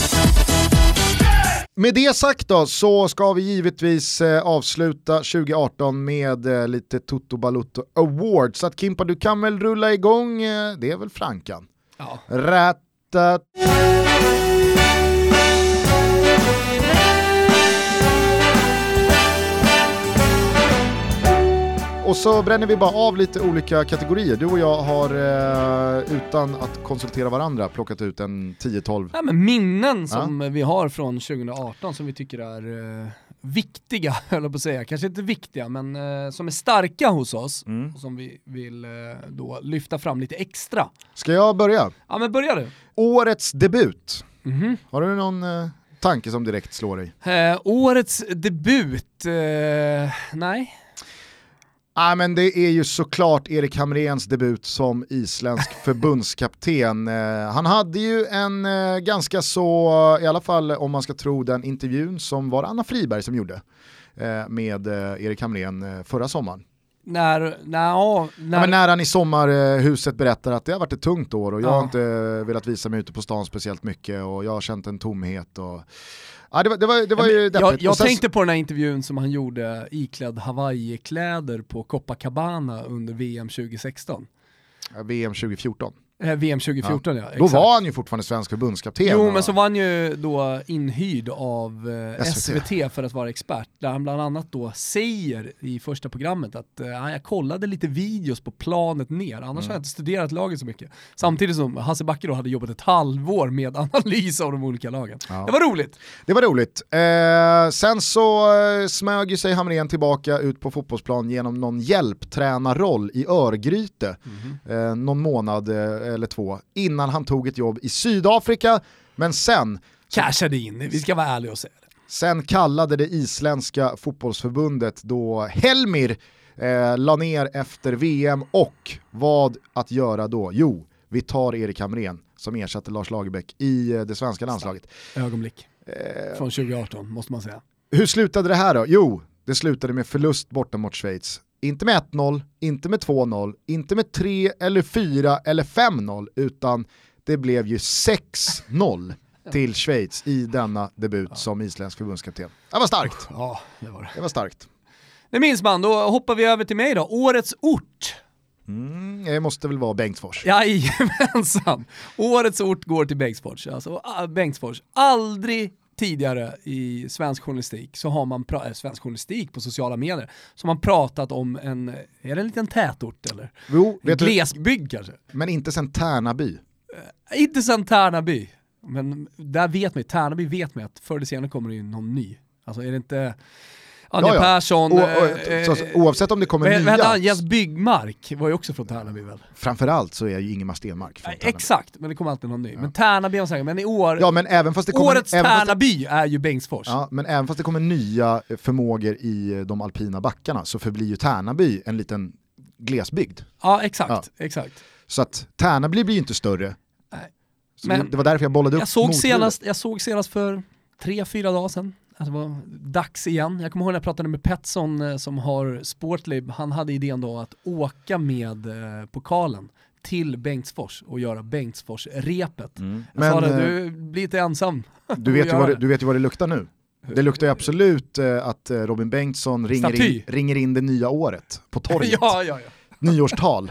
Med det sagt då så ska vi givetvis avsluta 2018 med lite Toto Balutto Awards. Så att Kimpa, du kan väl rulla igång, det är väl Frankan? Ja. Rättat. Och så bränner vi bara av lite olika kategorier. Du och jag har utan att konsultera varandra plockat ut en 10-12. Ja, men minnen som vi har från 2018 som vi tycker är viktiga, höll jag på att säga. Kanske inte viktiga, men som är starka hos oss. Och som vi vill då lyfta fram lite extra. Ska jag börja? Ja, men börja du. Årets debut. Har du någon tanke som direkt slår dig? Årets debut? Nej. Men det är ju såklart Erik Hamréns debut som isländsk förbundskapten. Han hade ju en ganska så, i alla fall om man ska tro den intervjun som var Anna Friberg som gjorde med Erik Hamrén förra sommaren. När han i sommarhuset berättar att det har varit ett tungt år och jag har inte velat visa mig ute på stan speciellt mycket och jag har känt en tomhet och ja, det var ju deppigt. Jag tänkte på den här intervjun som han gjorde iklädd Hawaii-kläder på Copacabana under VM 2016. VM 2014. VM 2014, ja. Då var han ju fortfarande svensk förbundskapten. Jo, men så var han ju då inhyrd av SVT för att vara expert. Där han bland annat då säger i första programmet att jag kollade lite videos på planet ner. Annars har jag inte studerat laget så mycket. Samtidigt som Hasse Backe då hade jobbat ett halvår med analys av de olika lagen. Ja. Det var roligt. Det var roligt. Sen så smög ju sig Hamrén tillbaka ut på fotbollsplan genom någon hjälptränarroll i Örgryte. Någon månad eller 2 innan han tog ett jobb i Sydafrika, men sen cashade in, vi ska vara ärliga och säga det. Sen kallade det isländska fotbollsförbundet då Helmir la ner efter VM och vad att göra då? Jo, vi tar Erik Hamrén som ersatte Lars Lagerbäck i det svenska landslaget. Ögonblick från 2018 måste man säga. Hur slutade det här då? Jo, det slutade med förlust borta mot Schweiz. Inte med 1-0, inte med 2-0, inte med 3 eller 4 eller 5-0, utan det blev ju 6-0 till Schweiz i denna debut som isländsk förbundskapten. Det var starkt. Ja, det var det. Det var starkt. Det minns man, då hoppar vi över till mig då. Årets ort. Det måste väl vara Bengtsfors. Jajamensan. Årets ort går till Bengtsfors. Alltså, Bengtsfors. Aldrig tidigare i svensk journalistik så har man svensk journalistik på sociala medier så har man pratat om är det en liten tätort eller? Jo, en glesbygd kanske. Men inte sen Tärnaby. Inte sen Tärnaby. Men där vet man, Tärnaby vet man att förr eller senare kommer det ju någon ny. Alltså är det inte Anja Persson... oavsett om det kommer nya... Jens Byggmark var ju också från Tärnaby väl? Framförallt så är ju Ingemar Stenmark från Tärnaby. Exakt, men det kommer alltid någon ny. Ja. Men Tärnaby, men i år... Ja, men även fast det kommer, årets Tärnaby är ju Bengtsfors. Ja, men även fast det kommer nya förmågor i de alpina backarna så förblir ju Tärnaby en liten glesbygd. Ja, exakt. Så att Tärnaby blir ju inte större. Nej. Men det var därför jag bollade upp jag såg senast för 3-4 dagar sedan. Alltså det var dags igen. Jag kommer ihåg när jag pratade med Petson som har Sportlib. Han hade idén då att åka med pokalen till Bengtsfors och göra Bengtsfors-repet. Jag sa det, du blir inte ensam. Du vet ju vad det luktar nu. Det luktar ju absolut att Robin Bengtsson ringer in det nya året på torget. Ja. Nyårstal.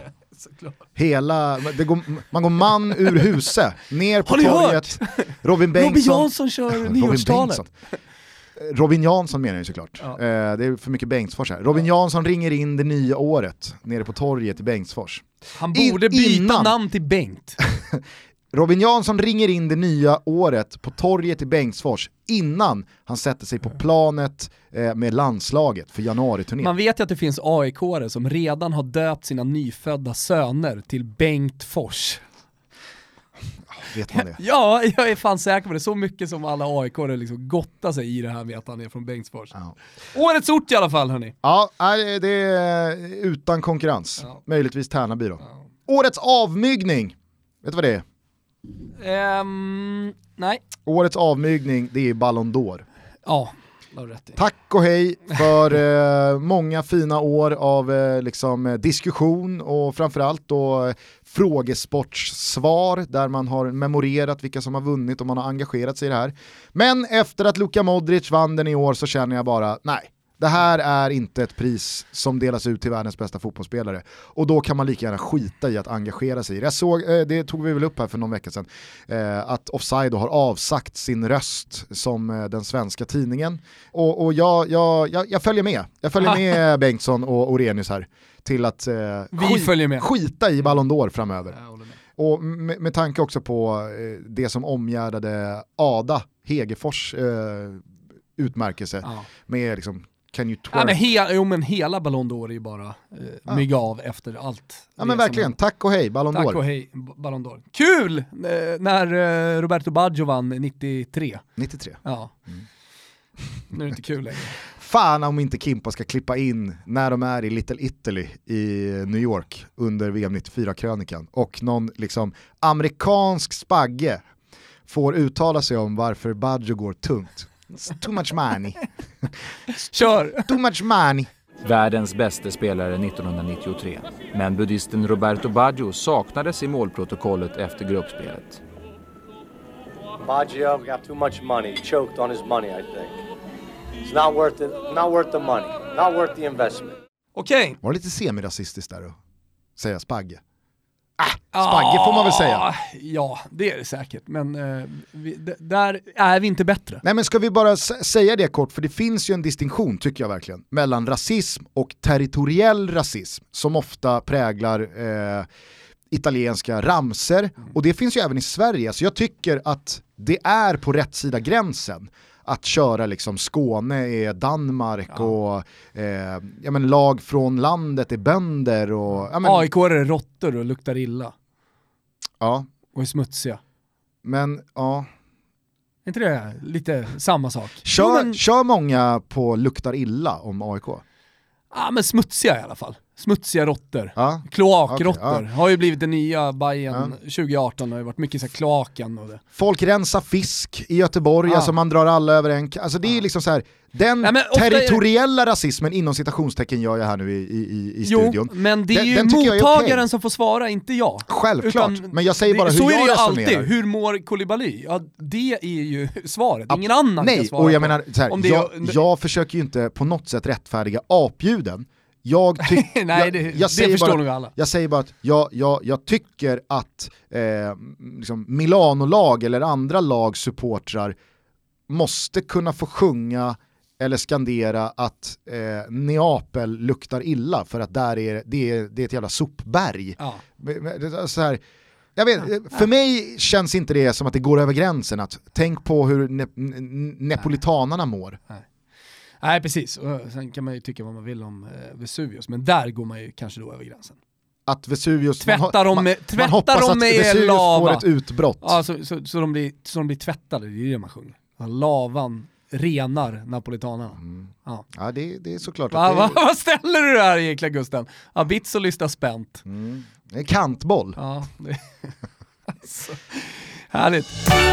Man går man ur huset ner på torget. Robin Jansson kör nyårstalet. Robin Jansson menar jag såklart. Ja. Det är för mycket Bengtsfors här. Robin Jansson ringer in det nya året nere på torget i Bengtsfors. Han borde byta namn till Bengt. Robin Jansson ringer in det nya året på torget i Bengtsfors innan han sätter sig på planet med landslaget för januari-turnén. Man vet ju att det finns AIK-are som redan har döpt sina nyfödda söner till Bengtfors. Vet man det? Ja, jag är fan säker på det. Så mycket som alla AIK-are liksom gottar sig i det här med att han är från Bengtsfors. Ja. Årets ort i alla fall, hörni. Ja, det är utan konkurrens. Ja. Möjligtvis Tärnaby då. Ja. Årets avmygning. Vet du vad det är? Nej. Årets avmygning, det är Ballon d'Or. Ja, tack och hej för många fina år av diskussion och framförallt då frågesportssvar där man har memorerat vilka som har vunnit och man har engagerat sig i det här. Men efter att Luka Modric vann den i år så känner jag bara, nej, det här är inte ett pris som delas ut till världens bästa fotbollsspelare. Och då kan man lika gärna skita i att engagera sig. Jag såg, det tog vi väl upp här för någon vecka sedan, att Offside har avsagt sin röst som den svenska tidningen. Och jag följer med. Jag följer med Bengtsson och Orenius här till att skita i Ballon d'Or framöver. Och med tanke också på det som omgärdade Ada Hegerfors utmärkelse med liksom can you twerk? Men hela Ballon d'Or är ju bara mygga av efter allt. Ja men verkligen, tack och hej Ballon d'Or. Tack och hej Ballon d'Or. Kul när Roberto Baggio vann 93. 93? Ja. Nu är det inte kul längre. Fan om inte Kimpa ska klippa in när de är i Little Italy i New York under VM 94-krönikan och någon liksom amerikansk spagge får uttala sig om varför Baggio går tungt. It's too much money. Kör! Too much money. Världens bästa spelare 1993. Men buddhisten Roberto Baggio saknades i målprotokollet efter gruppspelet. Baggio got too much money. He choked on his money, I think. It's not worth it. Not worth the money. Not worth the investment. Okej. Var det lite semirasistiskt där då? Säga spagge. Spagge får man väl säga. Ja, det är det säkert. Men där är vi inte bättre. Nej, men ska vi bara säga det kort, för det finns ju en distinktion tycker jag verkligen mellan rasism och territoriell rasism som ofta präglar italienska ramser. Och det finns ju även i Sverige. Så jag tycker att det är på rätt sida gränsen att köra liksom Skåne är Danmark och lag från landet är bönder och AIK är råttor och luktar illa. Ja. Och är smutsiga. Men ja. Är inte det lite samma sak? Kör många på luktar illa om AIK? Ja, men smutsiga i alla fall. Smutsiga råttor. Ja. Kloakråttor. Okay, har ju blivit det nya Bayern 2018. Har ju varit mycket så här kloaken och det. Folk rensar fisk i Göteborg, alltså man drar alla över en. Alltså det är liksom så här, den territoriella rasismen inom citationstecken gör jag här nu i studion. Men det är ju mottagaren som får svara, inte jag. Självklart, men jag säger bara hur jag resonerar. Så är det ju alltid. Hur mår Koulibaly? Ja, det är ju svaret. Ingen annan kan svara. Och jag menar, så här, jag försöker ju inte på något sätt rättfärdiga apljuden. det förstår nog alla. Jag säger bara att jag tycker att liksom Milano-lag eller andra lag supportrar måste kunna få sjunga eller skandera att Neapel luktar illa för att där det är ett jävla sopberg. Ja. Så här, jag vet, för mig känns inte det som att det går över gränsen. Att tänk på hur neapolitanerna mår. Nej, precis. Och sen kan man ju tycka vad man vill om Vesuvius, men där går man ju kanske då över gränsen. Att Vesuvius tvättar man hoppas att Vesuvius lava. Får ett utbrott. Ja, så de blir tvättade, det är det man sjunger. Lavan renar napolitanerna. Ja, det är såklart. Vad ställer du där egentligen, Gusten? Abizzo lyssnar spänt. Det är en kantboll. Ja, det alltså, härligt.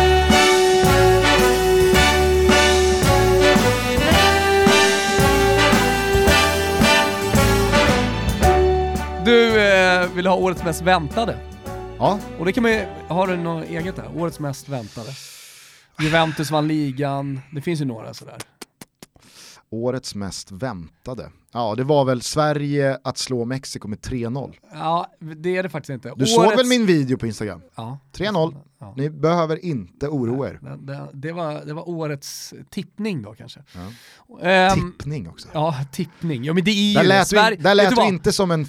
Du vill ha årets mest väntade. Ja. Och det kan man ju, har du något eget där? Årets mest väntade. Juventus vann ligan. Det finns ju några sådär. Årets mest väntade. Ja, det var väl Sverige att slå Mexiko med 3-0. Ja, det är det faktiskt inte. Du såg väl min video på Instagram? Ja. 3-0. Ja. Ni behöver inte oroa er. Det var årets tippning då kanske. Ja. Tippning också. Ja, tippning. Ja, men det är ju där lät du inte som en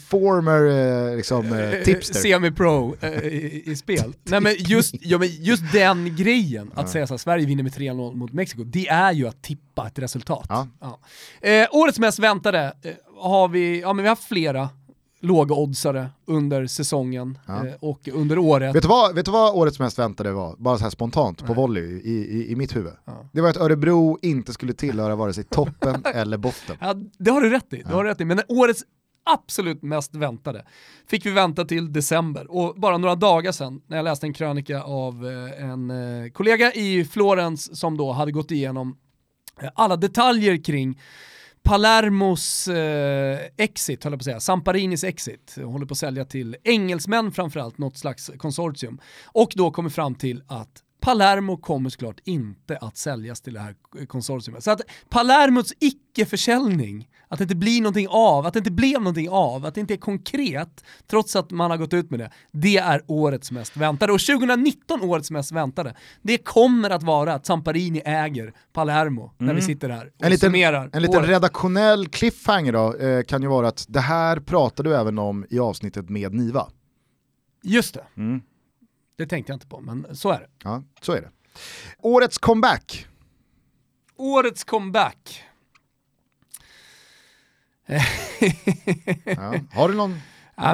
former tipster. Semi-pro i spel. Nej, men just den grejen, att säga så här, Sverige vinner med 3-0 mot Mexiko, det är ju att tippa ett resultat. Ja. Ja. Årets mest väntade har vi har haft flera lågoddsare under säsongen och under året. Vet du vad årets mest väntade var? Bara så här spontant på volley i mitt huvud. Ja. Det var att Örebro inte skulle tillhöra vare sig toppen eller botten. Ja, det har du rätt i. Men årets absolut mest väntade fick vi vänta till december. Och bara några dagar sedan när jag läste en krönika av en kollega i Florens som då hade gått igenom alla detaljer kring Palermos exit, höll jag på att säga. Samparinis exit. Håller på att sälja till engelsmän framförallt, något slags konsortium. Och då kommer fram till att Palermo kommer såklart inte att säljas till det här konsortiumet. Så att Palermos icke-försäljning, att det inte blir någonting av, att det inte blev någonting av, att det inte är konkret, trots att man har gått ut med det är årets mest väntade. Och 2019 årets mest väntade, det kommer att vara att Samparini äger Palermo när vi sitter här och summerar. En liten redaktionell cliffhanger då, kan ju vara att det här pratar du även om i avsnittet med Niva. Just det. Det tänkte jag inte på, men så är det. Ja, så är det. Årets comeback. Årets comeback. Ja. Har du någon?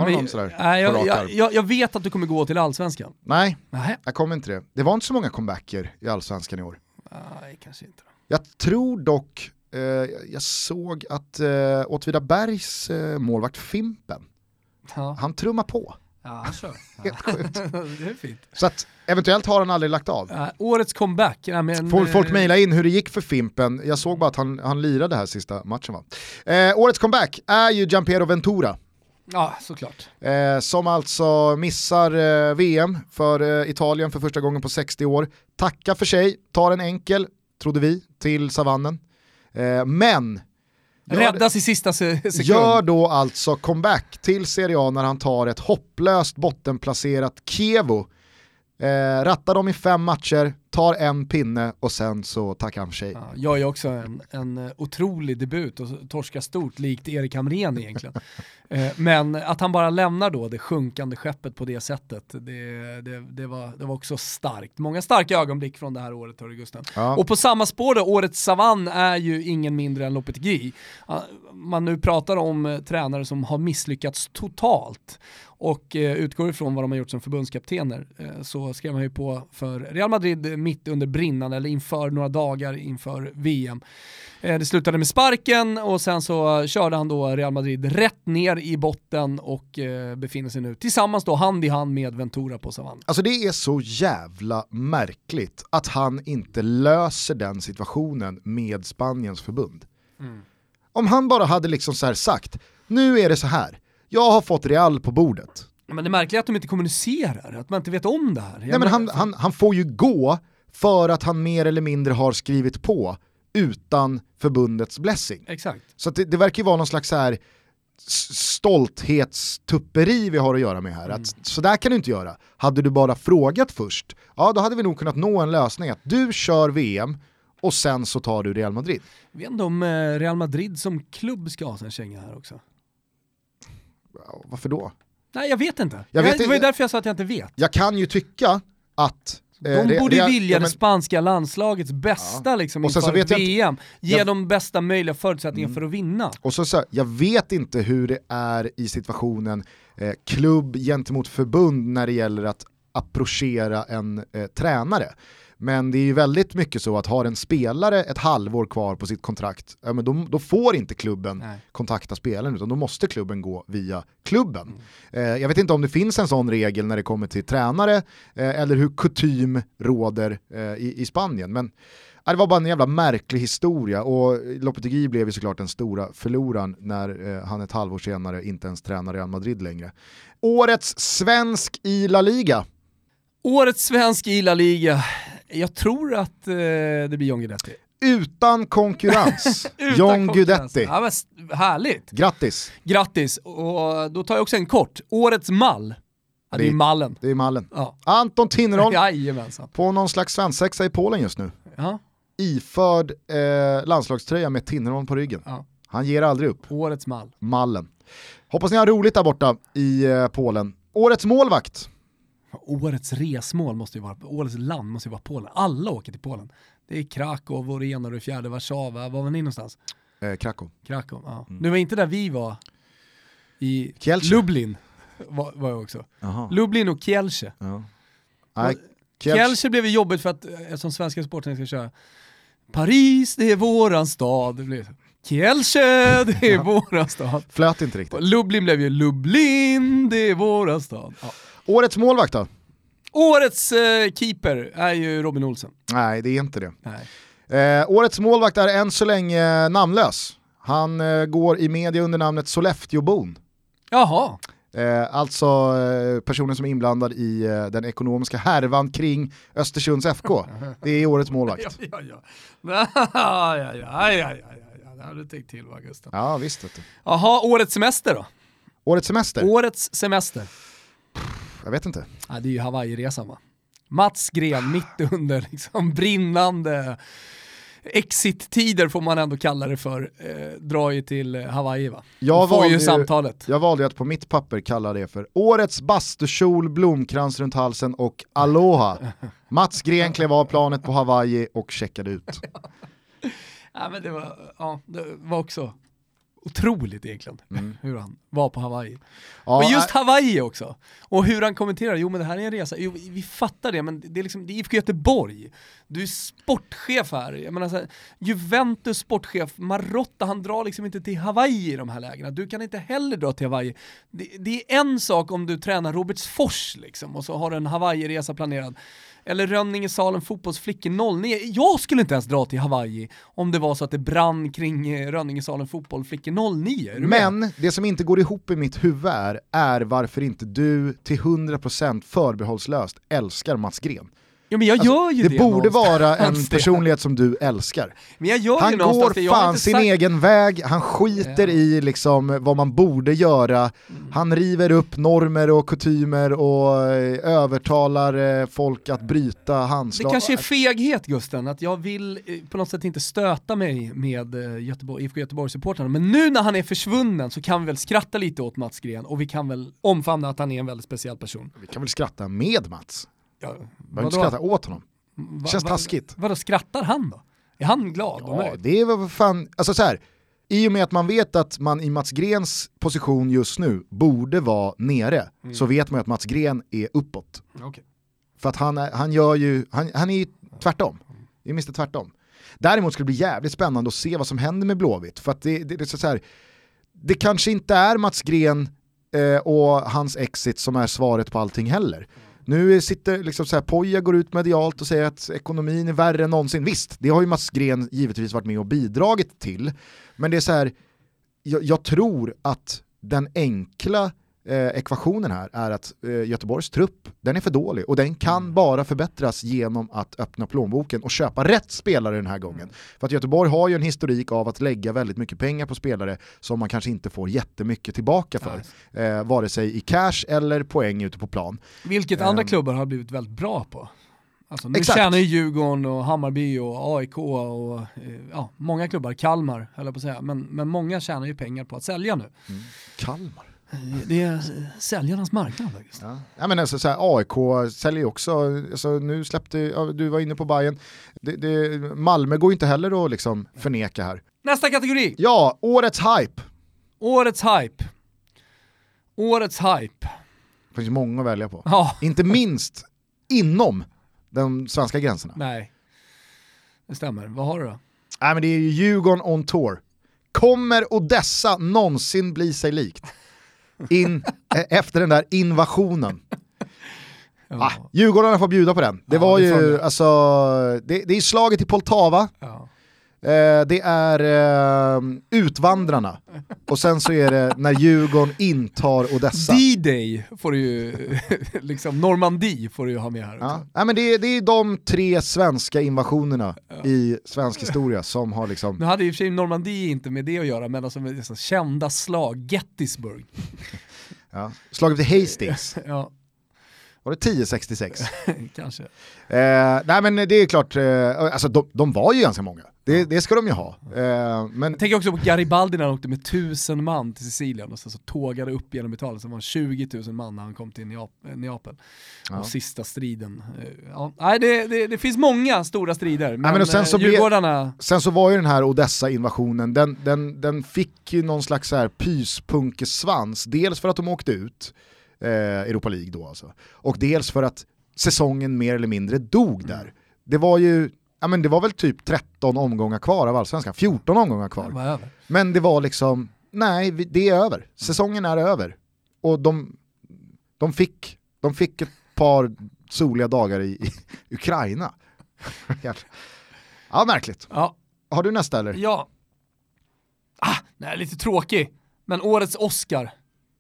Jag vet att du kommer gå till Allsvenskan. Nej, jag kommer inte det. Det var inte så många comebacker i Allsvenskan i år. Nej, kanske inte. Jag tror dock, jag såg att Åtvidabergs målvakt Fimpen, han trummar på. Ja, så. Helt sjukt. Det är fint. Så att eventuellt har han aldrig lagt av. Årets comeback. Ja, men, folk mejlar in hur det gick för Fimpen. Jag såg bara att han lirade här sista matchen. Årets comeback är ju Gianpiero Ventura. Ja, såklart. Som alltså missar VM för Italien för första gången på 60 år. Tackar för sig, tar en enkel, trodde vi, till savannen. Men räddas i sista sekund. Gör då alltså comeback till Serie A när han tar ett hopplöst bottenplacerat Chievo. Rattar dem i 5 matcher, tar en pinne och sen så tackar han för sig. Ja, jag är också en otrolig debut och torskar stort likt Erik Hamrén egentligen. Men att han bara lämnar då det sjunkande skeppet på det sättet, det var också starkt. Många starka ögonblick från det här året, hörru Gusten. Ja. Och på samma spår då, årets savann är ju ingen mindre än Lopetegui. Man nu pratar om tränare som har misslyckats totalt och utgår ifrån vad de har gjort som förbundskaptener, så skrev man ju på för Real Madrid mitt under brinnande, eller inför några dagar inför VM. Det slutade med sparken och sen så körde han då Real Madrid rätt ner i botten och befinner sig nu tillsammans då hand i hand med Ventura på savannen. Alltså det är så jävla märkligt att han inte löser den situationen med Spaniens förbund. Om han bara hade liksom så här sagt, nu är det så här, jag har fått Real på bordet. Men det märkliga är att de inte kommunicerar, att man inte vet om det här. Nej, men han får ju gå för att han mer eller mindre har skrivit på utan förbundets blessing. Exakt. Så att det verkar ju vara någon slags så här stolthetstupperi vi har att göra med här. Att, så där kan du inte göra. Hade du bara frågat först, ja då hade vi nog kunnat nå en lösning att du kör VM och sen så tar du Real Madrid. Vet inte om Real Madrid som klubb ska ha en känga här också. Varför då? Nej, jag vet inte. Det var därför jag sa att jag inte vet. Jag kan ju tycka att de borde vilja det spanska landslagets bästa liksom inför VM. Ge de bästa möjliga förutsättningar för att vinna. Och så jag vet inte hur det är i situationen klubb gentemot förbund när det gäller att approchera en tränare. Men det är ju väldigt mycket så att har en spelare ett halvår kvar på sitt kontrakt, ja, men då får inte klubben kontakta spelaren, utan då måste klubben gå via klubben. Jag vet inte om det finns en sån regel när det kommer till tränare eller hur kutym råder i Spanien. Men det var bara en jävla märklig historia och Lopetegui blev ju såklart den stora förloraren när han ett halvår senare inte ens tränar Real Madrid längre. Årets svensk i La Liga. Årets svensk i La Liga. Jag tror att det blir John Guidetti. Utan konkurrens. John Guidetti. Ja, men härligt. Grattis. Och då tar jag också en kort. Årets mall. Ja, det är mallen. Det är mallen. Ja. Anton Tinnerholm. Jajamensan. På någon slags svensexa i Polen just nu. Ja. Iförd landslagströja med Tinnerholm på ryggen. Ja. Han ger aldrig upp. Årets mall. Mallen. Hoppas ni har roligt där borta i Polen. Årets målvakt. Årets resmål måste ju vara, årets land måste ju vara Polen. Alla åker till Polen. Det är Krakow, Vorena och det fjärde Warszawa. Var var ni någonstans? Krakow, ja. Det var inte där vi var. I Kielce. Lublin var jag också. Aha. Lublin och Kielce. Ja. Kielce blev ju jobbigt för att som svenska sporten ska köra Paris, det är våran stad. Det blev Kielce, det är våran stad. Flöt inte riktigt. Lublin blev ju Lublin, det är våran stad. Ja. Årets målvakt då? Årets keeper är ju Robin Olsen. Nej, det är inte det. Nej. Årets målvakt är än så länge namnlös. Han går i media under namnet Sollefteåbon. Jaha. Alltså personen som är inblandad i den ekonomiska härvan kring Östersunds FK. Det är årets målvakt. Ja. Det har du tänkt till, va, Gustav? Ja, visst. Jaha, årets semester då? Årets semester. Jag vet inte. Ja, det är ju Hawaii-resan, va? Mats Gren mitt under liksom brinnande exit-tider får man ändå kalla det för, drar ju till Hawaii, va? Jag valde att på mitt papper kalla det för årets bastukjol, blomkrans runt halsen och aloha. Mats Gren klev av planet på Hawaii och checkade ut. Ja, men det var också otroligt egentligen hur han var på Hawaii. Ja, och just Hawaii också. Och hur han kommenterar, jo men det här är en resa. Jo, vi fattar det, men det är liksom, det är IFK Göteborg. Du är sportchef här. Jag menar så här, Juventus sportchef Marotta, han drar liksom inte till Hawaii i de här lägena. Du kan inte heller dra till Hawaii. Det är en sak om du tränar Robertsfors liksom, och så har du en Hawaii-resa planerad. Eller Rönningesalen fotbollsflickor 09. Jag skulle inte ens dra till Hawaii om det var så att det brann kring Rönningesalen fotbollsflickor 09. Men det som inte går ihop i mitt huvud är varför inte du till 100% förbehållslöst älskar Mats Gren. Ja, men jag gör ju det. Det borde vara en personlighet som du älskar. Men jag gör han går fan sin egen väg, han skiter i liksom vad man borde göra. Han river upp normer och kutymer och övertalar folk att bryta handslag. Det kanske är feghet, Gusten, att jag vill på något sätt inte stöta mig med IFK Göteborg-supportrarna. Men nu när han är försvunnen så kan vi väl skratta lite åt Mats Gren och vi kan väl omfamna att han är en väldigt speciell person. Vi kan väl skratta med Mats. Ja, behöver inte skratta åt honom. Det känns taskigt. Vadå, skrattar han då? Är han glad? Ja, det är väl fan, alltså så här, i och med att man vet att man i Mats Grens position just nu borde vara nere, så vet man att Mats Gren är uppåt. Okay. För att han är ju tvärtom. Det är minst tvärtom. Däremot skulle det bli jävligt spännande att se vad som händer med Blåvitt. För att det är så här, det kanske inte är Mats Gren och hans exit som är svaret på allting heller. Nu sitter liksom så här, Poja går ut medialt och säger att ekonomin är värre än någonsin. Visst, det har ju Mats Gren givetvis varit med och bidragit till. Men det är så här, jag tror att den enkla ekvationen här är att Göteborgs trupp, den är för dålig och den kan bara förbättras genom att öppna plånboken och köpa rätt spelare den här gången. För att Göteborg har ju en historik av att lägga väldigt mycket pengar på spelare som man kanske inte får jättemycket tillbaka för. Vare sig i cash eller poäng ute på plan. Vilket andra klubbar har blivit väldigt bra på. Alltså, nu tjänar ju Djurgården och Hammarby och AIK och många klubbar, Kalmar höll jag på att säga, men många tjänar ju pengar på att sälja nu. Kalmar? Det är säljarnas marknad faktiskt. Ja, men alltså, så här, AIK säljer också, alltså, nu släppte, du var inne på Bayern, Malmö går inte heller att liksom förneka här. Nästa kategori! Ja, årets hype. Årets hype. Det finns många att välja på. Ja. Inte minst inom de svenska gränserna. Nej, det stämmer. Vad har du då? Nej, men det är ju Djurgården on tour. Kommer Odessa någonsin bli sig likt? Efter den där invasionen. Ja. Djurgårdarna får bjuda på den. Det var ju, alltså, det är slaget i Poltava. Ja. Det är utvandrarna. Och sen så är det när Djurgården intar Odessa. D-Day får du ju, liksom Normandie får du ju ha med här också. Ja, men det är de 3 svenska invasionerna i svensk historia som har liksom... Nu hade i och för sig Normandie inte med det att göra, men alltså kända slag, Gettysburg. Ja. Slaget vid Hastings. Ja. Var det 1066? Kanske. Nej, men det är klart, alltså de var ju ganska många. Det ska de ju ha. Men... Jag tänker också på Garibaldi när han åkte med 1000 man till Sicilien och så tågade upp genom Italien, så var 20 000 man när han kom till Neapel. Och sista striden. Nej, det finns många stora strider, men sen så Djurgårdarna... Sen så var ju den här Odessa-invasionen, den fick ju någon slags så här pyspunkesvans. Dels för att de åkte ut Europa League då alltså. Och dels för att säsongen mer eller mindre dog där. Det var ju, det var väl typ 13 omgångar kvar av Allsvenskan, 14 omgångar kvar. Men det var liksom, nej, det är över. Säsongen är över. Och de fick ett par soliga dagar i Ukraina. Ja, märkligt. Ja. Har du nästa eller? Ja. Nej, lite tråkig. Men årets Oscar.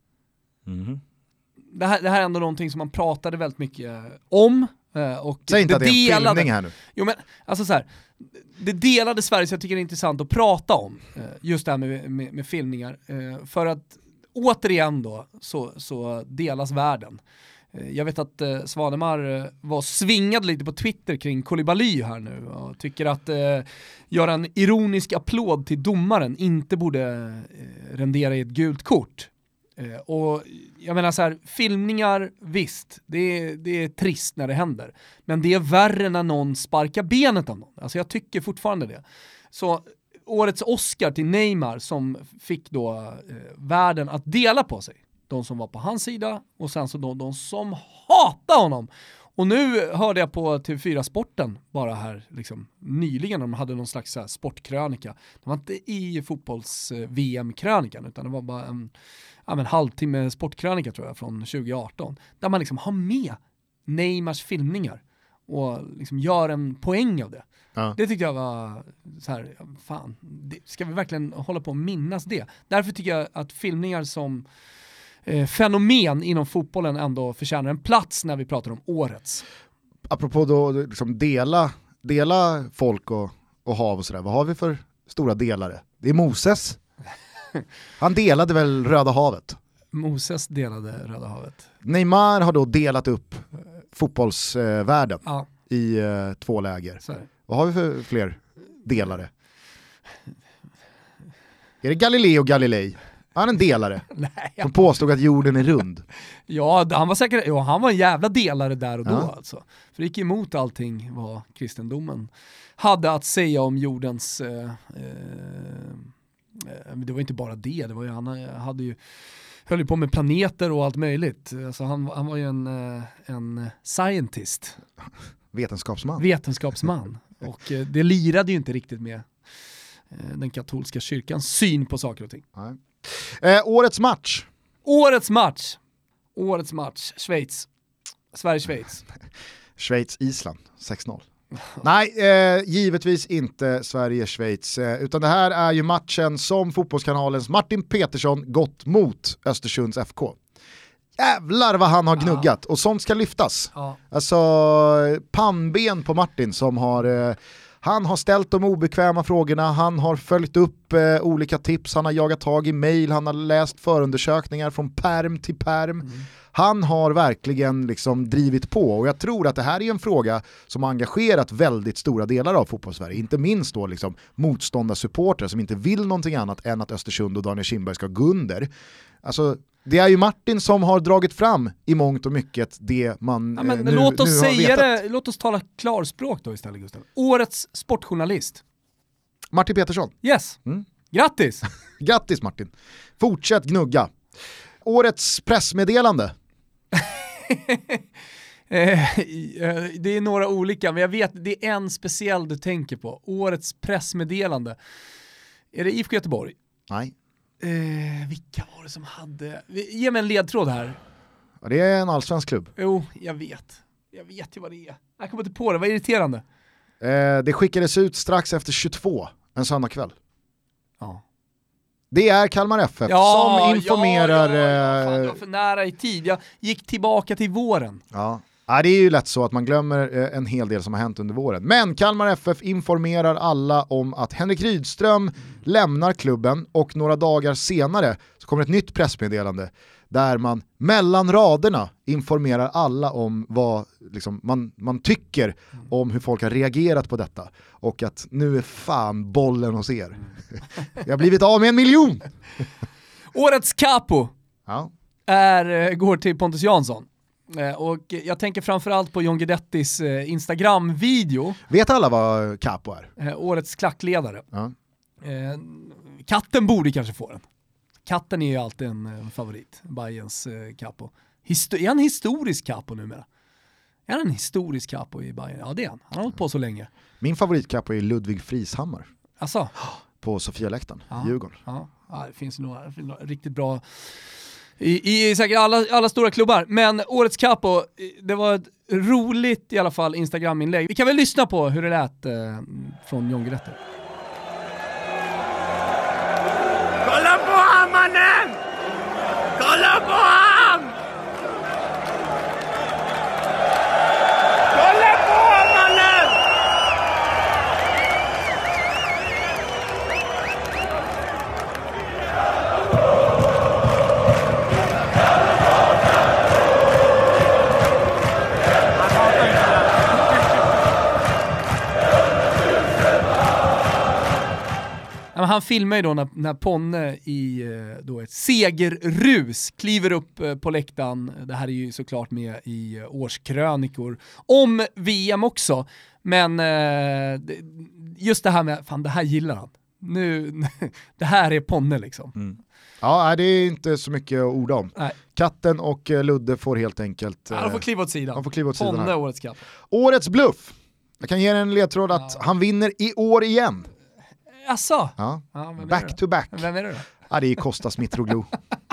Det här är ändå någonting som man pratade väldigt mycket om. Och säg inte att det är en filmning här nu. Jo, men alltså så här, det delade Sverige, så jag tycker det är intressant att prata om just det här med filmningar. För att återigen då så delas världen. Jag vet att Svanemar var svingad lite på Twitter kring Koulibaly här nu och tycker att göra en ironisk applåd till domaren inte borde rendera i ett gult kort. Och jag menar så här, filmningar, visst, det är trist när det händer, men det är värre när någon sparkar benet av någon. Alltså jag tycker fortfarande det. Så årets Oscar till Neymar, som fick då världen att dela på sig. De som var på hans sida och sen så de som hatar honom. Och nu hörde jag på TV4 Sporten bara här liksom nyligen, de hade någon slags så här sportkrönika. Det var inte i fotbolls-VM-krönikan, utan det var bara en halvtimme sportkrönika tror jag från 2018. Där man liksom har med Neymars filmningar och liksom gör en poäng av det. Ja. Det tyckte jag var så här, fan, ska vi verkligen hålla på att minnas det? Därför tycker jag att filmningar som fenomen inom fotbollen ändå förtjänar en plats när vi pratar om årets. Apropå då liksom dela folk och hav och sådär. Vad har vi för stora delare? Det är Moses. Han delade väl Röda havet? Moses delade Röda havet. Neymar har då delat upp fotbollsvärlden i 2 läger. Vad har vi för fler delare? Är det Galileo Galilei? Han är en delare. Nej, som påstod att jorden är rund. Ja, han var säkert, han var en jävla delare där och då alltså. För det gick emot allting vad kristendomen hade att säga om jordens det var inte bara det var ju, han höll ju på med planeter och allt möjligt. Alltså han var ju en scientist. Vetenskapsman. Och det lirade ju inte riktigt med den katolska kyrkans syn på saker och ting. Nej. Årets match. Årets match. Schweiz. Sverige-Schweiz. Schweiz-Island. 6-0. Nej, givetvis inte Sverige-Schweiz. Utan det här är ju matchen som Fotbollskanalens Martin Petersson gått mot Östersunds FK. Jävlar vad han har gnuggat och sånt ska lyftas. Alltså pannben på Martin som har han har ställt de obekväma frågorna, han har följt upp olika tips, han har jagat tag i mejl, han har läst förundersökningar från perm till perm. Han har verkligen liksom drivit på och jag tror att det här är en fråga som har engagerat väldigt stora delar av fotbollssverige. Inte minst då liksom motståndarsupportrar som inte vill någonting annat än att Östersund och Daniel Kindberg ska gå under. Alltså det är ju Martin som har dragit fram i mångt och mycket det man nu låt oss nu säga har vetat. det, låt oss tala klarspråk då istället, Gustav. Årets sportjournalist. Martin Petersson. Yes. Grattis! Grattis Martin. Fortsätt gnugga. Årets pressmeddelande. Det är några olika, men jag vet det är en speciell du tänker på. Årets pressmeddelande. Är det IFK Göteborg? Nej. Vilka var det som hade... Ge mig en ledtråd här. Ja, det är en allsvensk klubb. Jo, jag vet ju vad det är. Jag kommer inte på det, vad irriterande. Det skickades ut strax efter 22 en söndagkväll. Ja. Det är Kalmar FF som informerar... Fan, jag var för nära i tid. Jag gick tillbaka till våren. Ja, det är ju lätt så att man glömmer en hel del som har hänt under våren. Men Kalmar FF informerar alla om att Henrik Rydström lämnar klubben och några dagar senare så kommer ett nytt pressmeddelande där man mellan raderna informerar alla om vad liksom, man tycker om hur folk har reagerat på detta. Och att nu är fan bollen hos er. Jag har blivit av med 1 miljon! Årets capo går till Pontus Jansson. Och jag tänker framförallt på John Guidettis Instagram-video. Vet alla vad capo är? Årets klackledare. Ja. Katten borde kanske få den. Katten är ju alltid en favorit. Bayerns capo. Är han historisk capo numera? Är han en historisk capo i Bayern? Ja, det är han. Han har hållit på så länge. Min favoritcapo är Ludvig Frishammar. Asså? På Sofialäktaren, Djurgården. Ja, det finns några riktigt bra i säkert alla stora klubbar. Men årets capo, det var ett roligt i alla fall Instagram-inlägg. Vi kan väl lyssna på hur det lät från John Guidetti. Kolla på han, mannen! Kolla på han! Kolla på han, mannen! Han filmar ju då när Ponne i då ett segerrus kliver upp på läktaren. Det här är ju såklart med i årskrönikor om VM också. Men just det här med, fan det här gillar han. Nu, det här är Ponne liksom. Mm. Ja, det är inte så mycket att orda om. Nej. Katten och Ludde får helt enkelt... de får kliva åt sidan. De får kliva åt sidan Ponne, här. årets katt. Årets bluff. Jag kan ge en ledtråd att han vinner i år igen. Asså? Ja. Back to back. Vem är det då? Ja, det är Kostas Mitroglou.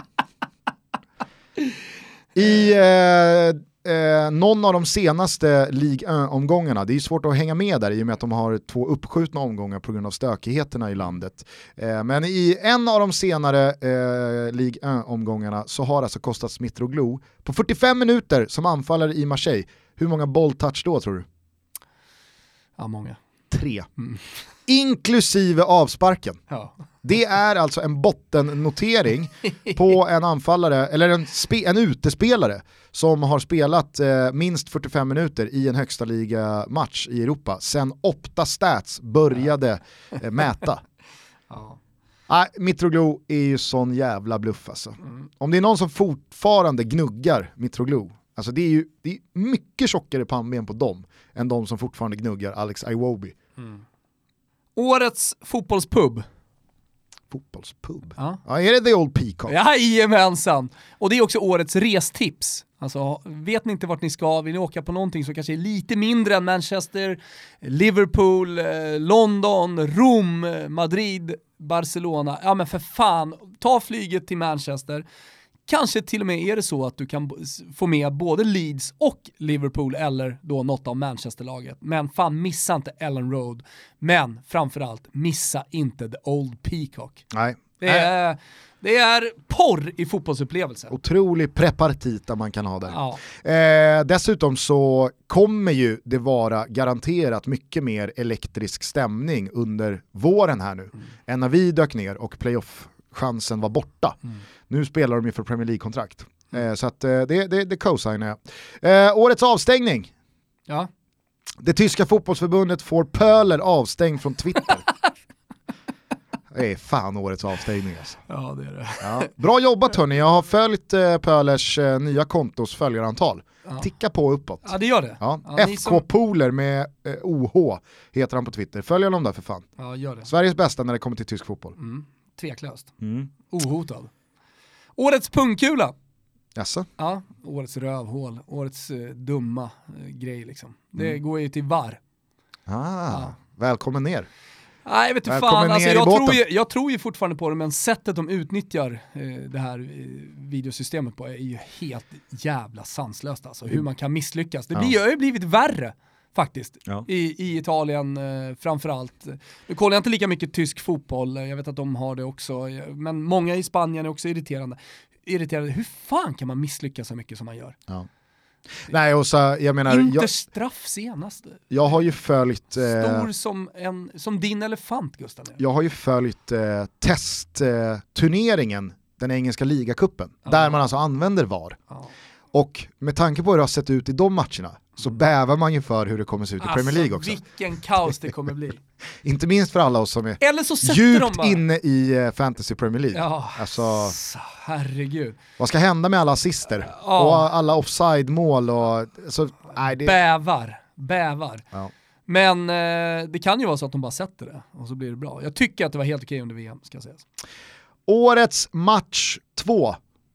I någon av de senaste Ligue-omgångarna, det är svårt att hänga med där i och med att de har 2 uppskjutna omgångar på grund av stökigheterna i landet. Men i en av de senare Ligue-omgångarna så har alltså Kostas Mitroglou på 45 minuter som anfallare i Marseille. Hur många bolltouch då tror du? Ja, många. 3. Inklusive avsparken. Ja. Det är alltså en bottennotering på en anfallare eller en utespelare som har spelat minst 45 minuter i en högsta liga match i Europa sen Opta Stats började mäta. Mitroglou är ju sån jävla bluff alltså. Om det är någon som fortfarande gnuggar Mitroglou, alltså det är mycket tjockare pannben på dem än de som fortfarande gnuggar Alex Iwobi. Årets fotbollspub. Fotbollspub? Ja, är det The Old Peacock? Jajamensan! Och det är också årets restips. Alltså, vet ni inte vart ni ska, vill ni åka på någonting som kanske är lite mindre än Manchester, Liverpool, London, Rom, Madrid, Barcelona. Ja men för fan, ta flyget till Manchester. Kanske till och med är det så att du kan få med både Leeds och Liverpool eller då något av Manchesterlaget. Men fan, missa inte Ellen Road. Men framförallt, missa inte The Old Peacock. Nej. Det är Det är porr i fotbollsupplevelser. Otrolig prepartita man kan ha där. Ja. Dessutom så kommer ju det vara garanterat mycket mer elektrisk stämning under våren här nu än när vi dök ner och playoff-chansen var borta. Nu spelar de ju för Premier League-kontrakt. Så att det co-signar jag. Årets avstängning. Ja. Det tyska fotbollsförbundet får Pöler avstängd från Twitter. Det är fan årets avstängning alltså. Ja, det är det. Ja. Bra jobbat hörni, jag har följt Pölers nya kontos följarantal. Ja. Ticka på uppåt. Ja, det gör det. Ja. Ja, FK Poler med OH heter han på Twitter. Följ honom där för fan. Ja, gör det. Sveriges bästa när det kommer till tysk fotboll. Tveklöst. Ohotad. Årets pungkula. Jaså? Ja, årets rövhål. Årets dumma grej liksom. Det går ju till VAR. Välkommen ner. Nej, jag vet inte fan. Alltså, jag tror ju fortfarande på det, men sättet de utnyttjar det här videosystemet på är ju helt jävla sanslöst. Alltså, hur man kan misslyckas. Det har ju blivit värre faktiskt i Italien framförallt. Nu kollar jag inte lika mycket tysk fotboll, jag vet att de har det också, men många i Spanien är också irriterade. Hur fan kan man misslyckas så mycket som man gör? Ja. Nej, och så, jag menar, inte straff senast. Jag har ju följt stor som din elefant, Gustav. Jag har ju följt testturneringen, den engelska ligacupen, där man alltså använder VAR. Och med tanke på hur det har sett ut i de matcherna så bävar man ju för hur det kommer se ut i Premier League också. Vilken kaos det kommer bli. Inte minst för alla oss som är djupt inne i Fantasy Premier League. Ja, alltså, herregud. Vad ska hända med alla assister? Och alla offside-mål? Och, så, nej, det... Bävar. Ja. Men det kan ju vara så att de bara sätter det och så blir det bra. Jag tycker att det var helt okej under VM, ska sägas. Årets match 2.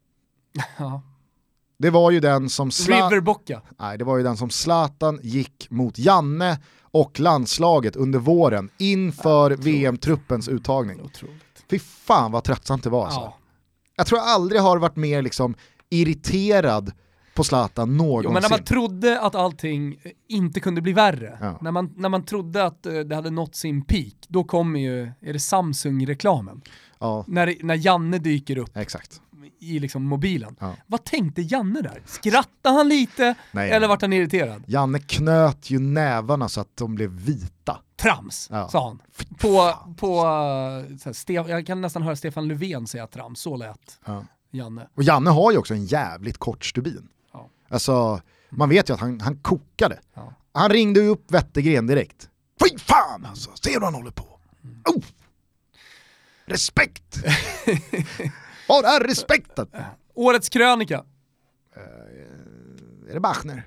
Ja. Det var ju den som Riverbocka. Nej, det var ju den som Zlatan gick mot Janne och landslaget under våren inför VM-truppens uttagning. Otroligt. Fy fan vad tröttsamt det var alltså. Ja. Jag tror jag aldrig har varit mer liksom irriterad på Zlatan någonsin. Men när man trodde att allting inte kunde bli värre, när man trodde att det hade nått sin peak, då kommer ju, är det Samsung-reklamen? Ja. När Janne dyker upp. Exakt. I liksom mobilen. Ja. Vad tänkte Janne där? Skrattade han lite? Nej, eller vart han irriterad? Janne knöt ju nävarna så att de blev vita. Trams, sa han. Jag kan nästan höra Stefan Löfven säga trams, så lät Janne. Och Janne har ju också en jävligt kort stubin. Ja. Alltså, man vet ju att han kokade. Ja. Han ringde ju upp Wettergren direkt. Fy fan alltså, ser du han håller på? Respekt! Var är respekten? Årets krönika. Är det Bachner?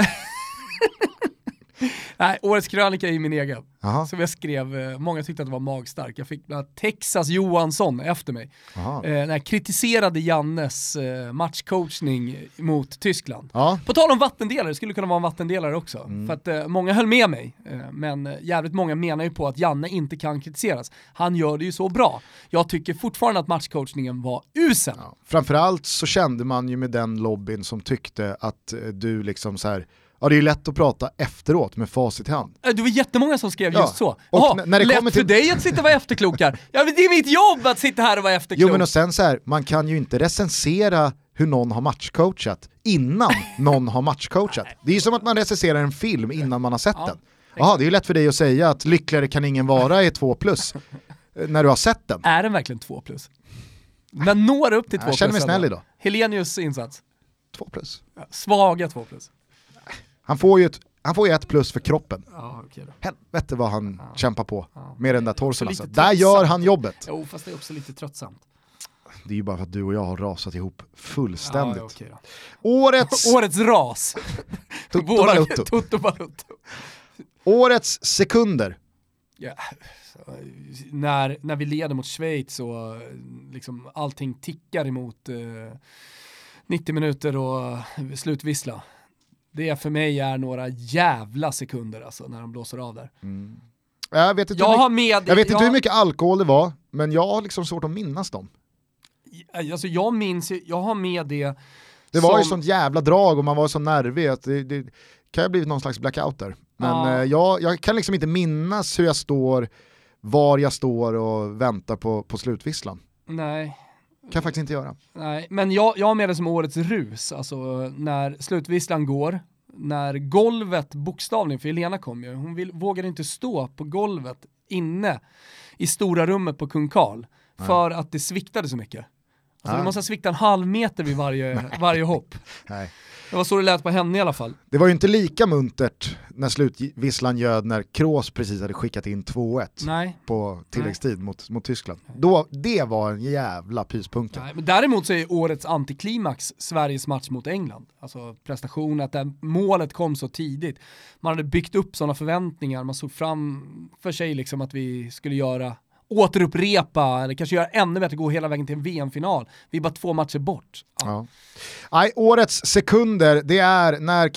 Nej, årets krönika är min egen. Som jag skrev, många tyckte att det var magstark. Jag fick Texas Johansson efter mig. När jag kritiserade Jannes matchcoachning mot Tyskland. På tal om vattendelare, det skulle kunna vara en vattendelare också. För att många höll med mig. Men jävligt många menar ju på att Janne inte kan kritiseras. Han gör det ju så bra. Jag tycker fortfarande att matchcoachningen var usel. Framförallt så kände man ju med den lobbyn som tyckte att du liksom så här. Ja, det är ju lätt att prata efteråt med facit i hand. Det var jättemånga som skrev just så. När det lätt för dig att sitta och vara efterklokar. Ja, men det är mitt jobb att sitta här och vara efterklok. Jo, men och sen så här, man kan ju inte recensera hur någon har matchcoachat innan någon har matchcoachat. Det är ju som att man recenserar en film innan man har sett den. Jaha, det är ju lätt för dig att säga att lyckligare kan ingen vara i 2+ när du har sett den. Är den verkligen 2+? Men når upp till 2+. Jag känner mig snäll idag. Helenius insats. 2+. Ja, svaga 2+. Han får ju 1+ för kroppen. Ja, okay då. Helvete vad han kämpar på med den där torson. Alltså. Där gör han jobbet. Jo, fast det är också lite tröttsamt. Det är ju bara för att du och jag har rasat ihop fullständigt. Okay då. Årets ras. Toto Balutto. Årets sekunder. Ja. När vi leder mot Schweiz och liksom allting tickar emot 90 minuter och slutvissla. Det för mig är några jävla sekunder alltså, när de blåser av där. Jag vet inte hur mycket alkohol det var, men jag har liksom svårt att minnas dem. Alltså jag har med det. Det var ju sånt jävla drag och man var så nervig att det kan ha blivit någon slags blackout där. Men jag kan liksom inte minnas hur jag står, var jag står och väntar på slutvisslan. Nej. Kan jag faktiskt inte göra. Nej, men jag har med det som årets rus. Alltså när slutvisslan går, när golvet bokstavligen, för Helena kom ju, hon vågade inte stå på golvet inne i stora rummet på Kung Karl för att det sviktade så mycket. Alltså det måste svikta en halv meter vid varje hopp. Nej. Det var så det lät på henne i alla fall. Det var ju inte lika muntert när slutvisslan ljöd när Kroos precis hade skickat in 2-1 på tilläggstid mot Tyskland. Då, det var en jävla pyspunka. Men däremot så är årets antiklimax Sveriges match mot England. Alltså prestation, att det målet kom så tidigt. Man hade byggt upp sådana förväntningar. Man såg fram för sig liksom att vi skulle återupprepa eller kanske göra ännu bättre, gå hela vägen till en VM-final. Vi är bara 2 matcher bort. Ja. Nej, årets sekunder, det är när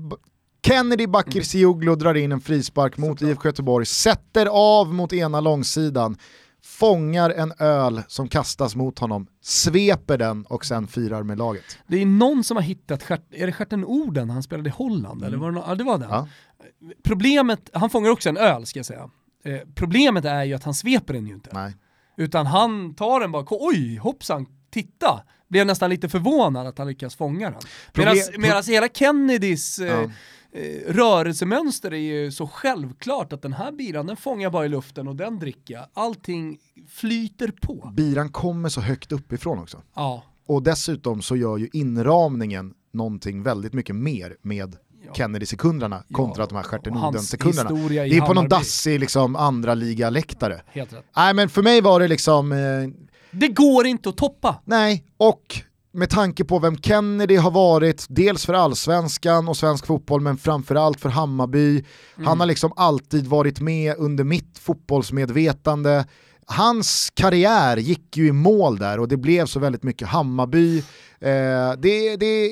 Kennedy Bakircioglu drar in en frispark mot IFK Göteborg, sätter av mot ena långsidan, fångar en öl som kastas mot honom, sveper den och sen firar med laget. Det är någon som har hittat, är det Stjärten Orden han spelade i Holland? Eller var det, det var den. Ja. Problemet, han fångar också en öl ska jag säga. Problemet är ju att han sveper den ju inte. Nej. Utan han tar den bara, oj hoppsan, titta. Blev nästan lite förvånad att han lyckas fånga den. Medan hela Kennedys rörelsemönster är ju så självklart att den här biran, den fångar bara i luften och den dricker. Allting flyter på. Biran kommer så högt uppifrån också. Ja. Och dessutom så gör ju inramningen någonting väldigt mycket mer med Kennedy-sekunderna kontra de här Stjärten-Orden-sekunderna. Det är på någon dassig liksom, andra liga-läktare. Helt rätt. Nej, men för mig var det liksom... det går inte att toppa. Nej, och med tanke på vem Kennedy har varit, dels för allsvenskan och svensk fotboll, men framförallt för Hammarby. Han har liksom alltid varit med under mitt fotbollsmedvetande. Hans karriär gick ju i mål där och det blev så väldigt mycket Hammarby. Det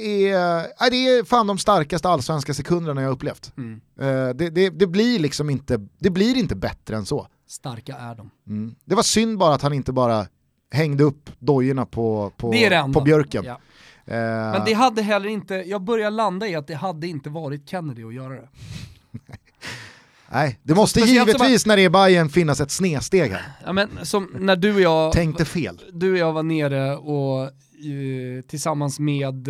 är fan de starkaste allsvenska sekunderna jag upplevt. Det blir liksom inte bättre än så. Starka är de. Det var synd bara att han inte bara hängde upp dojorna på björken. Ja. Men det hade heller inte, jag börjar landa i att det hade inte varit Kennedy att göra det. Nej, det måste givetvis när det är Bayern finnas ett snedsteg här. Ja, men som när du och jag tänkte fel. Du och jag var nere och tillsammans med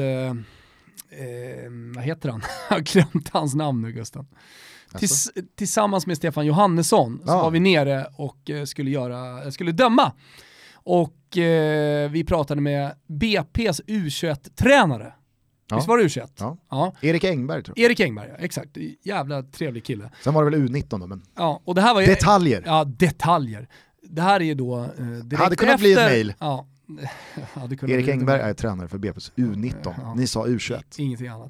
vad heter han? Jag har glömt hans namn nu, Gustav. Tillsammans med Stefan Johannesson så var vi nere och skulle döma. Och vi pratade med BP's U21-tränare. Visst var det U21? Ja. Erik Engberg tror jag. Erik Engberg, ja, exakt. Jävla trevlig kille. Sen var det väl U19 då, men... Ja, och det här var ju... Detaljer. Ja, detaljer. Det här är ju då direkt hade kunnat bli ett mejl. Ja. Erik Engberg är tränare för BP's U19. Ja. Ni sa U21. Ingenting annat.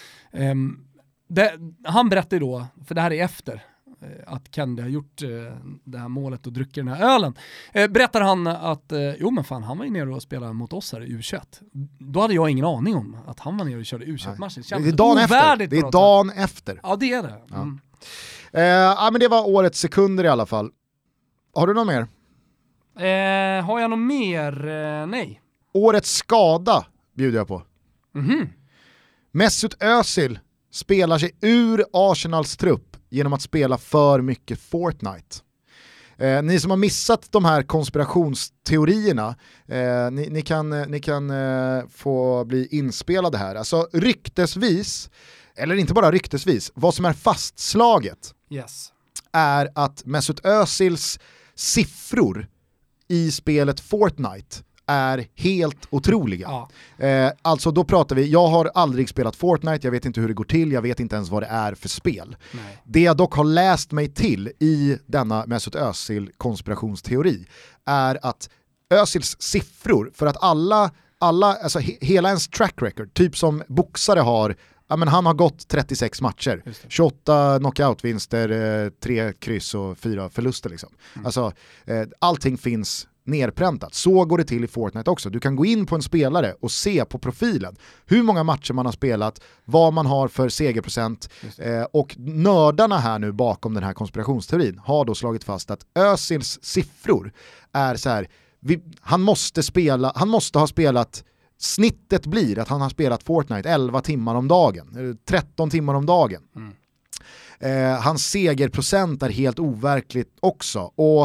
Han berättade då, för det här är efter att Kennedy har gjort det här målet och druckit den här ölen, berättar han att han var ju nere och spelade mot oss här i U21. Då hade jag ingen aning om att han var nere och körde U21-matchen. Det är dagen efter. Det är dagen efter. Ja, det är det. Men det var årets sekunder i alla fall. Har du något mer? Har jag något mer? Nej. Årets skada bjuder jag på. Mesut Özil spelar sig ur Arsenals trupp genom att spela för mycket Fortnite. Ni som har missat de här konspirationsteorierna, ni kan få bli inspelade här. Alltså ryktesvis, eller inte bara ryktesvis, vad som är fastslaget är att Mesut Özils siffror i spelet Fortnite är helt otroliga. Alltså då pratar vi, jag har aldrig spelat Fortnite, jag vet inte hur det går till, jag vet inte ens vad det är för spel. Nej. Det jag dock har läst mig till i denna Mesut Özil konspirationsteori är att Özils siffror, för att alla alltså hela ens track record, typ som boxare har, men han har gått 36 matcher, 28 knockout-vinster, 3 kryss och 4 förluster liksom. Alltså allting finns nerpräntat. Så går det till i Fortnite också. Du kan gå in på en spelare och se på profilen hur många matcher man har spelat, vad man har för segerprocent, och nördarna här nu bakom den här konspirationsteorin har då slagit fast att Özils siffror är så här, han måste ha spelat, snittet blir att han har spelat Fortnite 11 timmar om dagen, 13 timmar om dagen. Hans segerprocent är helt overkligt också, och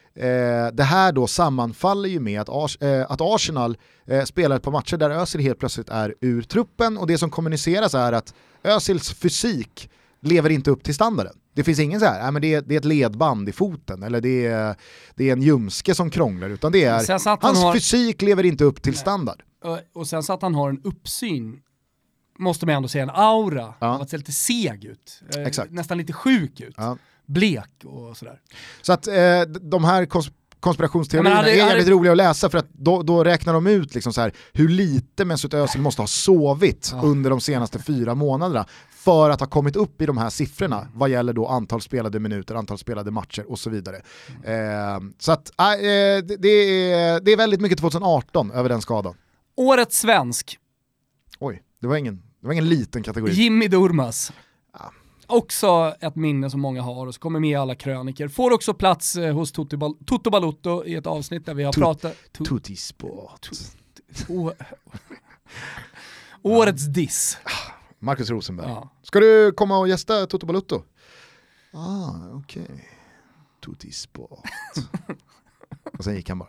det här då sammanfaller ju med att Arsenal spelar ett par matcher där Özil helt plötsligt är ur truppen, och det som kommuniceras är att Özils fysik lever inte upp till standarden. Det finns ingen så här, men det är ett ledband i foten, eller det är en ljumske som krånglar, utan det är hans fysik lever inte upp till standard. Och sen så att han har en uppsyn, måste man ändå säga, en aura av att se lite seg ut, nästan lite sjuk ut, blek och sådär. Så att de här konspirationsteorierna är jävligt roliga att läsa, för att då räknar de ut liksom så här, hur lite Mesut Özil måste ha sovit under de senaste 4 månaderna för att ha kommit upp i de här siffrorna vad gäller då antal spelade minuter, antal spelade matcher och så vidare. Så att det är väldigt mycket 2018 över den skadan. Årets svensk. Oj, det var ingen liten kategori. Jimmy Durmaz. Också ett minne som många har och så kommer med i alla kröniker. Får också plats hos Toto Balotto i ett avsnitt där vi har pratat... Tutti Sport. Årets diss. Marcus Rosenberg. Ja. Ska du komma och gästa Toto Balotto? Okej. Tutti Sport. Och sen gick han bara.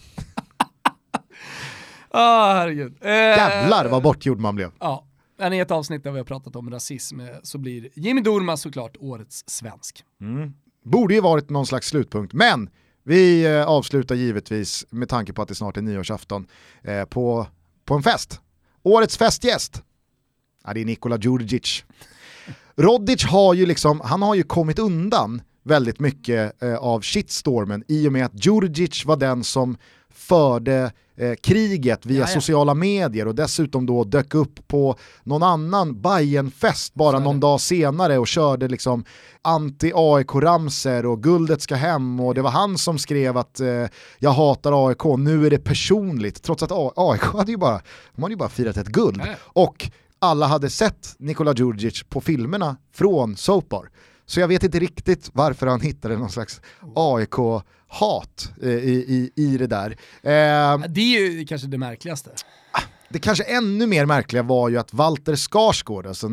Herregud. Jävlar vad bortgjord man blev. Ja. Men i ett avsnitt där vi har pratat om rasism så blir Jimmy Durmaz såklart årets svensk. Borde ju varit någon slags slutpunkt, men vi avslutar givetvis med tanke på att det snart är nyårsafton på en fest. Årets festgäst. Det är Nikola Djurdjic. Rodic har ju kommit undan väldigt mycket av shitstormen i och med att Djurdjic var den som förde kriget via sociala medier och dessutom då dök upp på någon annan Bayern-fest bara någon dag senare och körde liksom anti-AIK-ramser och guldet ska hem, och det var han som skrev att jag hatar AIK, nu är det personligt, trots att AIK hade ju bara firat ett guld. Och alla hade sett Nikola Djurdjic på filmerna från Sopar. Så jag vet inte riktigt varför han hittade någon slags AIK-hat i det där. Det är ju kanske det märkligaste. Det kanske ännu mer märkliga var ju att Walter Skarsgård, alltså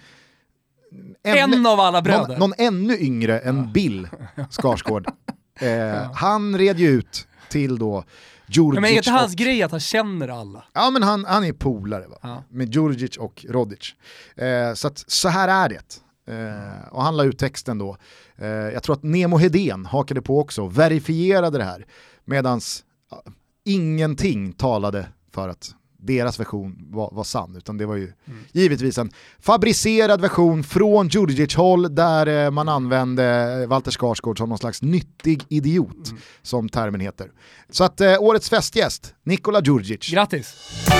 en av alla bröder. Någon ännu yngre än Bill Skarsgård. Han red ju ut till då Djurdjic. Men är inte hans grej att han känner alla? Ja, men han är polare med Djurdjic och Rodic. Så här är det. Och han la ut texten då. Jag tror att Nemo Hedén hakade på också, verifierade det här, medans ingenting talade för att deras version var sann, utan det var ju givetvis en fabricerad version från Djurdjic-håll där man använde Walter Skarsgård som någon slags nyttig idiot, som termen heter. Så att årets festgäst, Nikola Djurdjic. Grattis!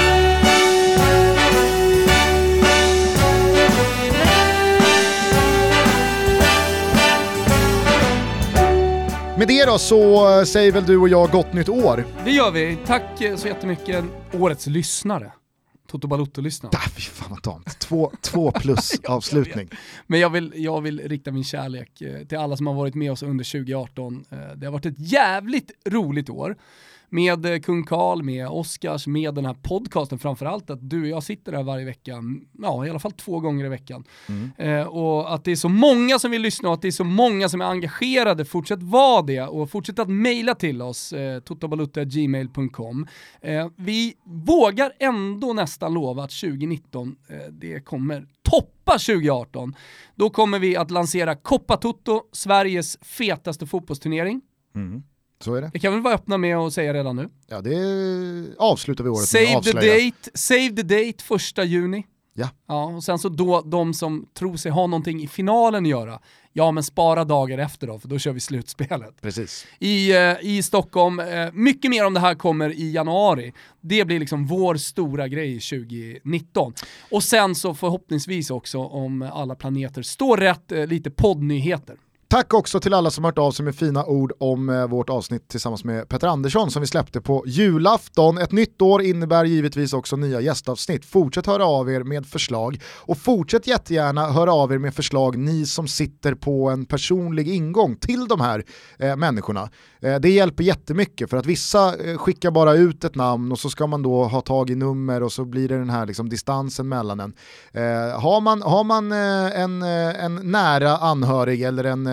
Med det då så säger väl du och jag gott nytt år. Det gör vi. Tack så jättemycket årets lyssnare. Toto Balotto-lyssnare. Fy fan vad tamt. 2 plus avslutning. Men jag vill rikta min kärlek till alla som har varit med oss under 2018. Det har varit ett jävligt roligt år. Med Kung Karl, med Oscars, med den här podcasten framförallt, att du och jag sitter där varje vecka, i alla fall 2 gånger i veckan. Och att det är så många som vill lyssna och att det är så många som är engagerade, fortsätt vara det och fortsätt att mejla till oss, totobalutta@gmail.com. Vi vågar ändå nästan lova att 2019 det kommer toppa 2018. Då kommer vi att lansera Coppa Toto, Sveriges fetaste fotbollsturnering. Så är det. Det kan vi vara öppna med att säga redan nu. Ja, det avslutar vi året med att avslöja. Save the date 1 juni. Ja, och sen så då de som tror sig ha någonting i finalen att göra, men spara dagar efter då, för då kör vi slutspelet. Precis. I Stockholm. Mycket mer om det här kommer i januari. Det blir liksom vår stora grej 2019. Och sen så förhoppningsvis också, om alla planeter står rätt, lite poddnyheter. Tack också till alla som hört av sig med fina ord om vårt avsnitt tillsammans med Petter Andersson som vi släppte på julafton. Ett nytt år innebär givetvis också nya gästavsnitt. Fortsätt höra av er med förslag och fortsätt jättegärna höra av er med förslag, ni som sitter på en personlig ingång till de här människorna. Det hjälper jättemycket, för att vissa skickar bara ut ett namn och så ska man då ha tag i nummer och så blir det den här liksom distansen mellan en. Har man en nära anhörig eller en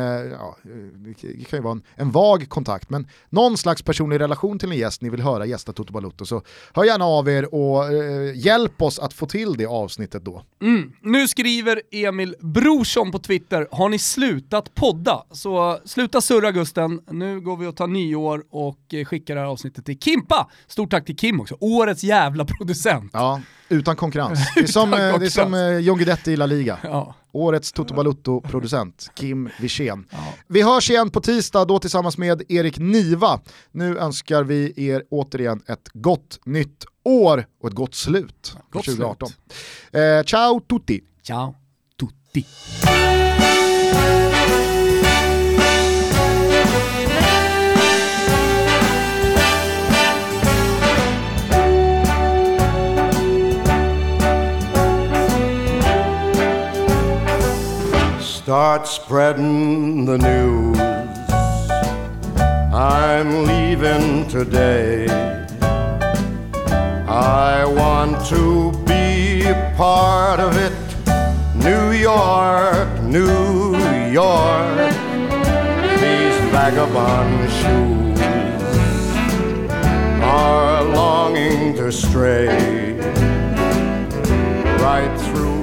det kan ju vara en vag kontakt, men någon slags personlig relation till en gäst ni vill höra gästa Toto Balotto, så hör gärna av er och hjälp oss att få till det avsnittet då. Nu skriver Emil Brorsson på Twitter: har ni slutat podda? Så sluta surra Gusten, nu går vi och tar nyår och skickar det här avsnittet till Kimpa. Stort tack till Kim också, årets jävla producent. Ja, utan konkurrens. Det är som John Guidetti i La Liga. Ja. Årets Toto Balotto-producent, Kim Wirsén. Ja. Vi hörs igen på tisdag, då tillsammans med Erik Niva. Nu önskar vi er återigen ett gott nytt år och ett gott slut på 2018. Ciao tutti! Ciao tutti! Start spreading the news. I'm leaving today. I want to be a part of it. New York, New York. These vagabond shoes are longing to stray right through